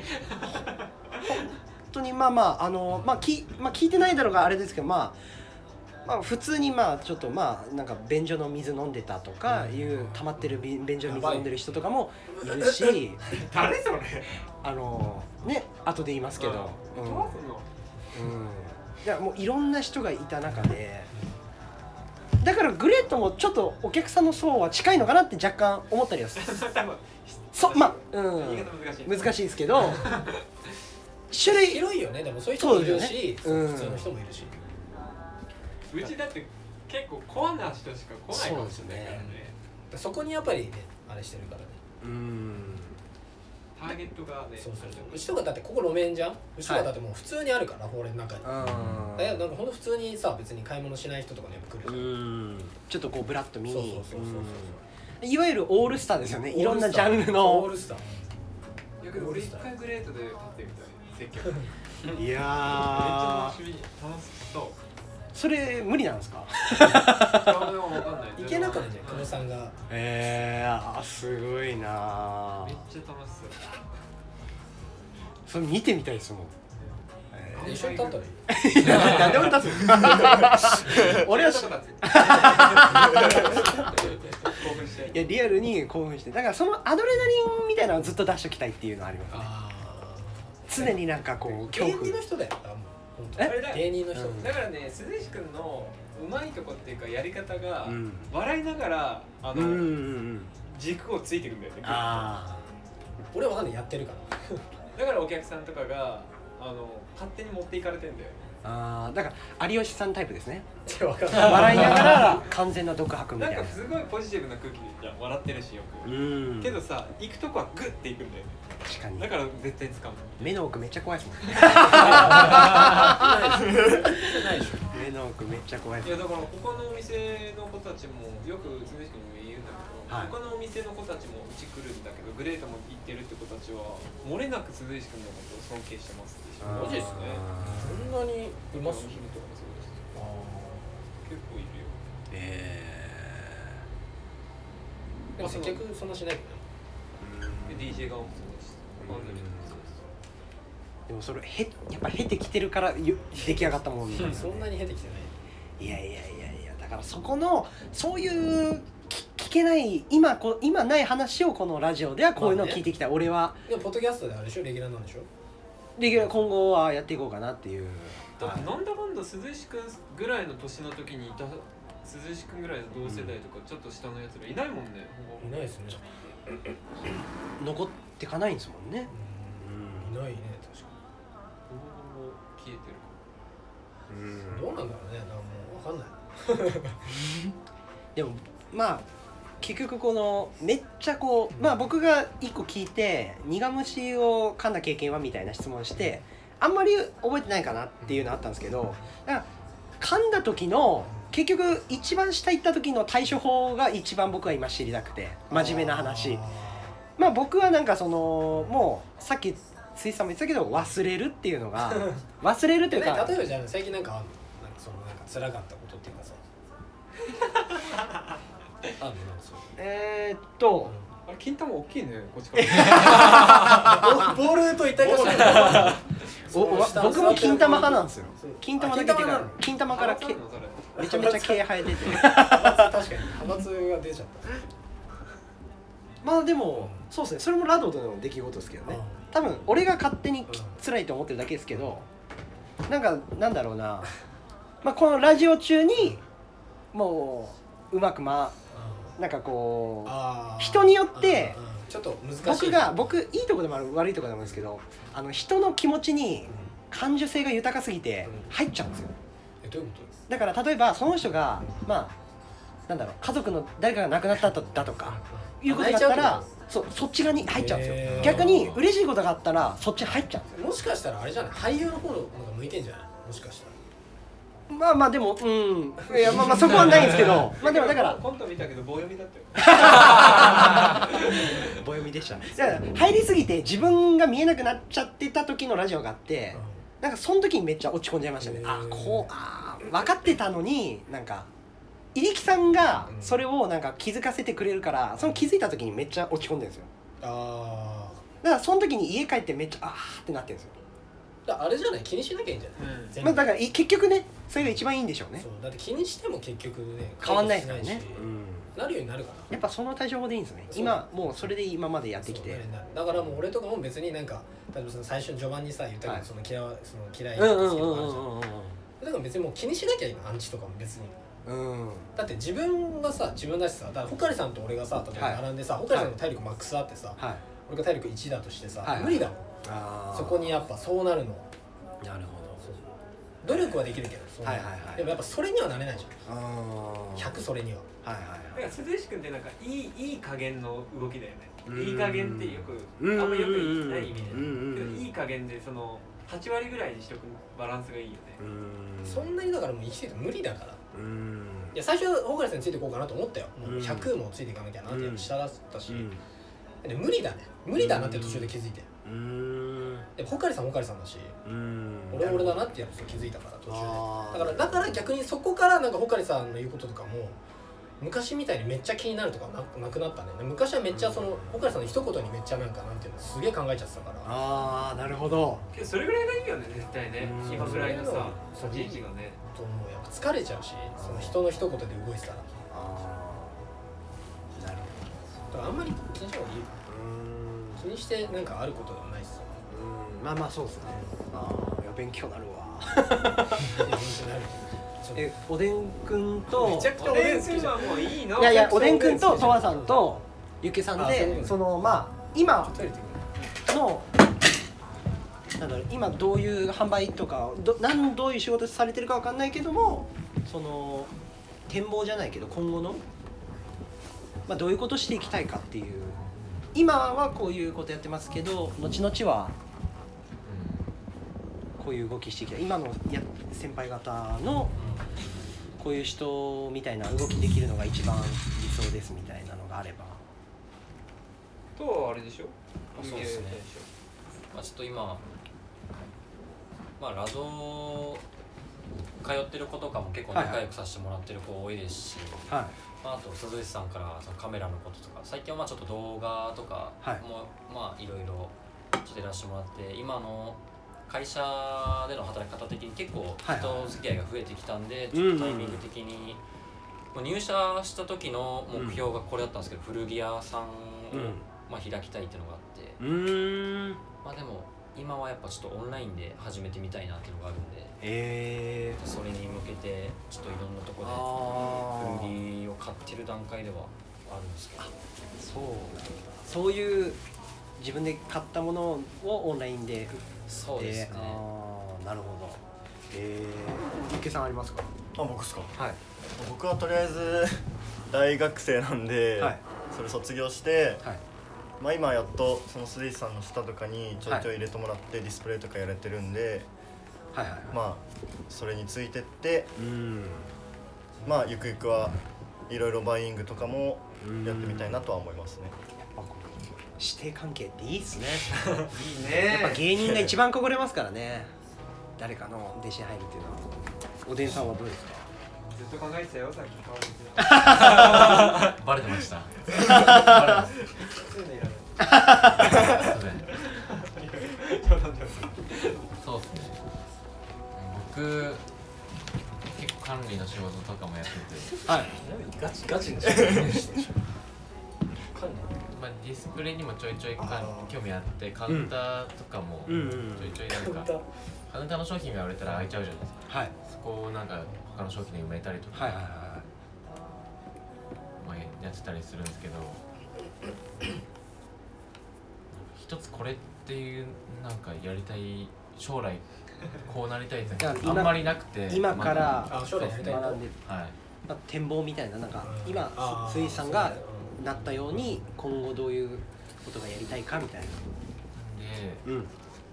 本当にまあまああのまあきまあ聞いてないだろうがあれですけど、まあまあ普通にまあちょっとまあなんか便所の水飲んでたとかいう溜まってる便便所の水飲んでる人とかもいるし、 誰それあのね後で言いますけど、うん、 どうすんのうん、いやもういろんな人がいた中で、だからグレートもちょっとお客さんの層は近いのかなって若干思ったりはする多分そまあ、うん、 言い方難しい難しいですけど種類広いよね。でもそういう人もいるし、 そうだよねうん普通の人もいるし、 うちだって結構コアな人しか来ないかもしれないからね。 そこにやっぱりねあれしてるからね。 うんターゲットがねそうそうそう。うちとかだってここ路面じゃん。うちとかだってもう普通にあるから、フォーレの中に。 あいやなんかほんと普通にさ、別に買い物しない人とかねやっぱ来るじゃん。 うんちょっとこうブラッと見そうにそうそうそうそう。 うんいわゆるオールスターですよね。いろんなジャンルオーのルスター。 いやけど俺一回グレートで立ってみたい接客。めっちいやーゃ楽しみ楽しそう。 それ無理なんですか？ あでもわかんない。 いけなかったじゃん、久野さんが。 えー、あすごいなめっちゃ楽しそう。 それ見てみたいですもん。 一緒に立ったらいい。 いやなんで俺立つ俺はし興奮していやリアルに興奮して、だからそのアドレナリンみたいなのをずっと出しておきたいっていうのはありますね。 あ常になんかこうあ。 恐怖芸人の人だよ。あもう本当えそれだよ芸人の人。 うんだからね鈴石君のうまいとこっていうかやり方が、 うん笑いながらあの、 うんうんうん軸をついてくんだよね。 あ俺はわかんないやってるから。 だからお客さんとかがあの勝手に持っていかれてんだよね。 ーあーだから有吉さんタイプですね。 ってわかんない。 笑いながら完全な独白みたなないんかすごいポジティブな空気じゃん笑ってるしよく、 うんけどさ行くとこはグッて行くんだよね。 確かにだから絶対掴む。 目の奥めっちゃ怖いですもんね。 ないでしょ。 目の奥めっちゃ怖いですいやだから他のお店の子たちもよく鈴石君にも言うんだけど、 はい他のお店の子たちもうち来るんだけどグレートも行ってるって子たちは漏れなく鈴石君のことを尊敬してますって人マジっすね。そんなにいます。 ヒムとかもそうですあ結構いるよ。 えーでも接客そんなしないけどね。 で ディージェー 側もそうです。アンドリーもそうです。 ーでもそれへやっぱ経てきてるからよ出来上がったもんなんですよねそんなに減ってきてない。 いやいやいやいやだからそこのそういう聞聞けない今こ今ない話をこのラジオではこういうのを聞いてきた、俺はでもポッドキャストであれでしょ、レギュラーなんでしょ。 レギュラー今後はやっていこうかなっていう。 だってなんだかんだ鈴石君ぐらいの年の時にいた鈴石君ぐらいの同世代とかちょっと下のやつらいないもんね。ほぼいないですね。 残ってかないんですもんね。 いないね、確かほぼほぼ消えてるかに。どうなんだろうね、なんかもうわかんない。 でもまあ結局このめっちゃこうまあ僕が一個聞いて苦虫を噛んだ経験はみたいな質問してあんまり覚えてないかなっていうのあったんですけど、だから噛んだ時の結局一番下行った時の対処法が一番僕は今知りたくて、真面目な話。まあ僕はなんかそのもうさっき水さんも言ってたけど忘れるっていうのが忘れるというか例えばじゃあ最近なんかあんの、なんかそのなんか辛かったことっていうかさあんのなんかそういうえーっとあれ金玉大きいねこっちからボールと一体化したおお僕も金玉派なんですよ。 そう金玉だけあ金玉なの金玉からけ派閥なのそれめちゃめちゃ毛生えてて派閥確かに派閥が出ちゃったまあでもそうですね、それもラドでの出来事ですけどね。多分俺が勝手にき辛いと思ってるだけですけど、なんかなんだろうな、まあこのラジオ中にもううまくまなんかこうあー人によってうんうんちょっと難しい僕が僕いいとこでもある悪いとこでもあるんですけど、あの人の気持ちに感受性が豊かすぎて入っちゃうんですよ。 えどういうこだから例えばその人がまあなんだろう家族の誰かが亡くなったとだとかいうことだったらそうそっち側に入っちゃうんですよ。 へー逆に嬉しいことがあったらそっちに入っちゃうんですよ。 ともしかしたらあれじゃない、俳優の方のなんか向いてんじゃない、もしかしたらまあまあでもうんいやまあまあそこはないんですけどまあでもだからコント見たけど棒読みだったよ棒読みでした。だから入りすぎて自分が見えなくなっちゃってた時のラジオがあって、なんかその時にめっちゃ落ち込んじゃいましたね。 へーあこうあー分かってたのになんか入木さんがそれをなんか気づかせてくれるから、その気づいた時にめっちゃ落ち込んでるんですよ。 あだからその時に家帰ってめっちゃあーってなってるんですよ。 だからあれじゃない気にしなきゃいいんじゃない、 うん全部まあだからい結局ねそれが一番いいんでしょうね。 そうだって気にしても結局ね変わんないですからね解決し。なるようになるからやっぱその対処法でいいんですね。 そう今もうそれで今までやってきて。 そうなるなるだからもう俺とかも別になんか例えばその最初の序盤にさ言ったけど、 はいその嫌わその嫌いうんうん好きとかあるじゃんうんうんだから別にもう気にしなきゃいいのアンチとかも別にうんうん。 だって自分がさ自分だしさだからホカリさんと俺がさ例えば並んでさ、ホカリさんの体力マックスあってさ、 はい。 俺が体力いちだとしてさ、 はい無理だもんあーそこにやっぱそうなるのなるほ努力はできるけどそうはいはいはいでもやっぱそれにはなれないじど。あゃんあ。 ひゃくそれにははいはいだから鈴石君ってなんかいいいい加減の動きだようんね。いい加減ってよくうんあんまよく言ってない意味で、 うんうんけどいい加減でそのはち割ぐらいにしとくバランスがいいよね。 うん。 そんなにだからもう生きてて無理だからうん。 いや最初はホカリさんについていこうかなと思ったよもううんひゃくもついていかなきゃなって下だったし、 うん。 で無理だね無理だなって途中で気づいてうん。 でホカリさんホカリさんだしうん。 俺は俺だなってやつ気づいたから途中あーでだからだから逆にそこからなんかホカリさんの言うこととかも昔みたいにめっちゃ気になるとかななくなったね昔はめっちゃそのホカリさんの一言にめっちゃなんかなんていうのすげえ考えちゃってたからああなるほど。 けどそれぐらいがいいよね絶対ねうん今ぐらいのさそう立ち位置がね。 と思うやっぱ疲れちゃうしその人の一言で動いてたらああ。なるほだからあんまり気にした方がいいよど。 気にしてなんかあることでもないっすようん。うん。まあまあそうですね。ああいや勉強なるわ。 いや本当になるちょっとえおでんくんとめちゃくちゃおおでんでん君は好きじゃんもういいの。 いやいやおでんくんとめちゃくちゃおでん好きじゃんとわさんとゆけさんあそういうことでそのまあ今トイレ行ってくるのなんだろう今どういう販売とかどなんどういう仕事されてるかわかんないけどもその展望じゃないけど今後の、まあ、どういうことしていきたいかっていう今はこういうことやってますけど後々はこういう動きしていきたい今のや先輩方のこういう人みたいな動きできるのが一番理想ですみたいなのがあればとあれでしょ。 そうですねまあ、ちょっと今、まあ、ラゾ通ってる子とかも結構仲良くさせてもらってる子多いですし、 はいまあ、あと鈴石さんからそのカメラのこととか最近はまあちょっと動画とかはいも、まあいろいろちょっとやらせてもらって今の会社での働き方的に結構はいはい人付き合いが増えてきたんで、 うんちょっとタイミング的に、もう入社した時の目標がこれだったんですけど、古着屋さんを、 うんまあ、開きたいっていうのがあって、 うーんまあでも今はやっぱちょっとオンラインで始めてみたいなっていうのがあるんで、 えー、 それに向けてちょっといろんなとこあで古着を買ってる段階ではあるんですけど、 そうなんだそういう自分で買ったものをオンラインで売ってそうですね。 あーなるほどえー、ゆけさんありますかあ僕っすかはい僕はとりあえず大学生なんで、 はいそれ卒業して、 はいまあ、今やっとそのスイスさんの下とかにちょいちょい入れてもらってディスプレイとかやれてるんで、 はいはいまあそれについてってうんまあゆくゆくはいろいろバイイングとかもやってみたいなとは思いますね。 やっぱこう師弟関係っていいっすねいいね。 やっぱ芸人が一番こぼれますからね誰かの弟子に入るっていうのはおでんさんはどうですかずっと考えてたよさっき川口の。 バレてましたそういうのいらない。 そうねそうですね僕結構管理の仕事とかもやってて、 はいガチガチの仕事してるまあ、ディスプレイにもちょいちょいかあー興味あってカウンターとかもちょうんうんいちょいなんか、カウンターの商品が売れたら開いちゃうじゃないですか。 はいそこをなんか他の商品で埋めたりとか、 はいはいはまあ、やってたりするんですけど一つこれっていうなんかやりたい将来こうなりたいっていや今あんまりなくて今からあ将来やりたい学んではいまあ展望みたいななんかうん今あースイさんがそうだねうんなったように今後どういうことがやりたいかみたいなでうん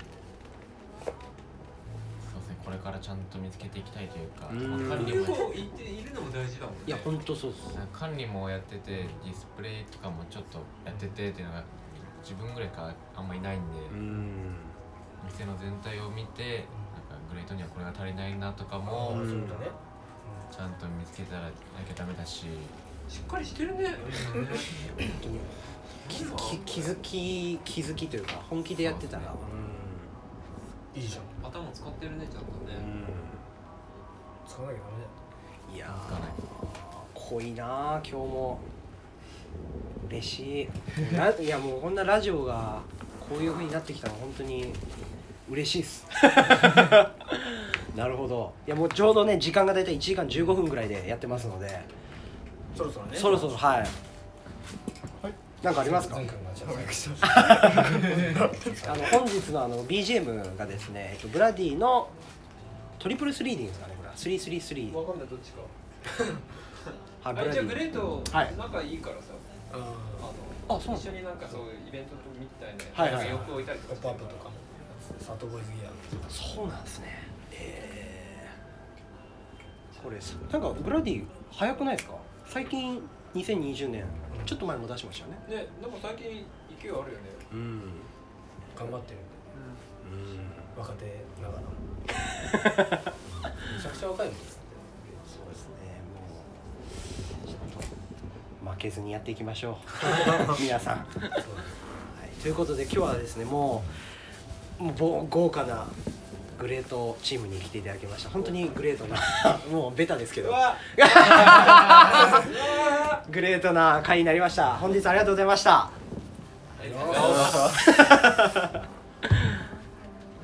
そうですねこれからちゃんと見つけていきたいというか、 うんまあ管理もいるのいているのも大事だもんね。 いや本当そうっす管理もやっててディスプレイとかもちょっとやっててっていうのが自分ぐらいかあんまいないんで、 うん店の全体を見てなんかグレートにはこれが足りないなとかもあーそうだねちゃんと見つけたらなきゃダメだし、 しっかりしてるね。 本当に気気き気づき気づきというか本気でやってたらいいじゃん頭使ってるねちゃんとね、 使わなきゃダメだよいやー濃いなー今日も嬉しいラいやもうこんなラジオがこういう風になってきたのは本当に嬉しいっすなるほど。いやもうちょうどね時間がだいたいいちじかんじゅうごふんぐらいでやってますのでそろそろねそろそろはい、はい、なんかありますか？ 前回のじゃあの本日のあの ビージーエム がですね、えっと、ブラディのトリプルスリーでいいんですかね、これはスリースリースリー。 分かんないどっちかはい、 あじゃあグレートはい仲いいからさ、 ああのあそう一緒になんかそういうイベントみたいなはいはいはい洋服置いたりとかポップアップとかもサトボーイズギアそうなんですね。えー、これなんかブラディ早くないですか？最近にせんにじゅうねんちょっと前も出しましたよね。 ね、なんか最近勢いあるよね。 うん頑張ってるうん若手ながらめちゃくちゃ若いもんそうですね。もうちょっと負けずにやっていきましょう皆さん、はい、ということで今日はですねもうもうぼ豪華なグレートチームに来ていただきました。本当にグレートなもうベタですけどグレートな回になりました。本日ありがとうございました。 ありがとうございます。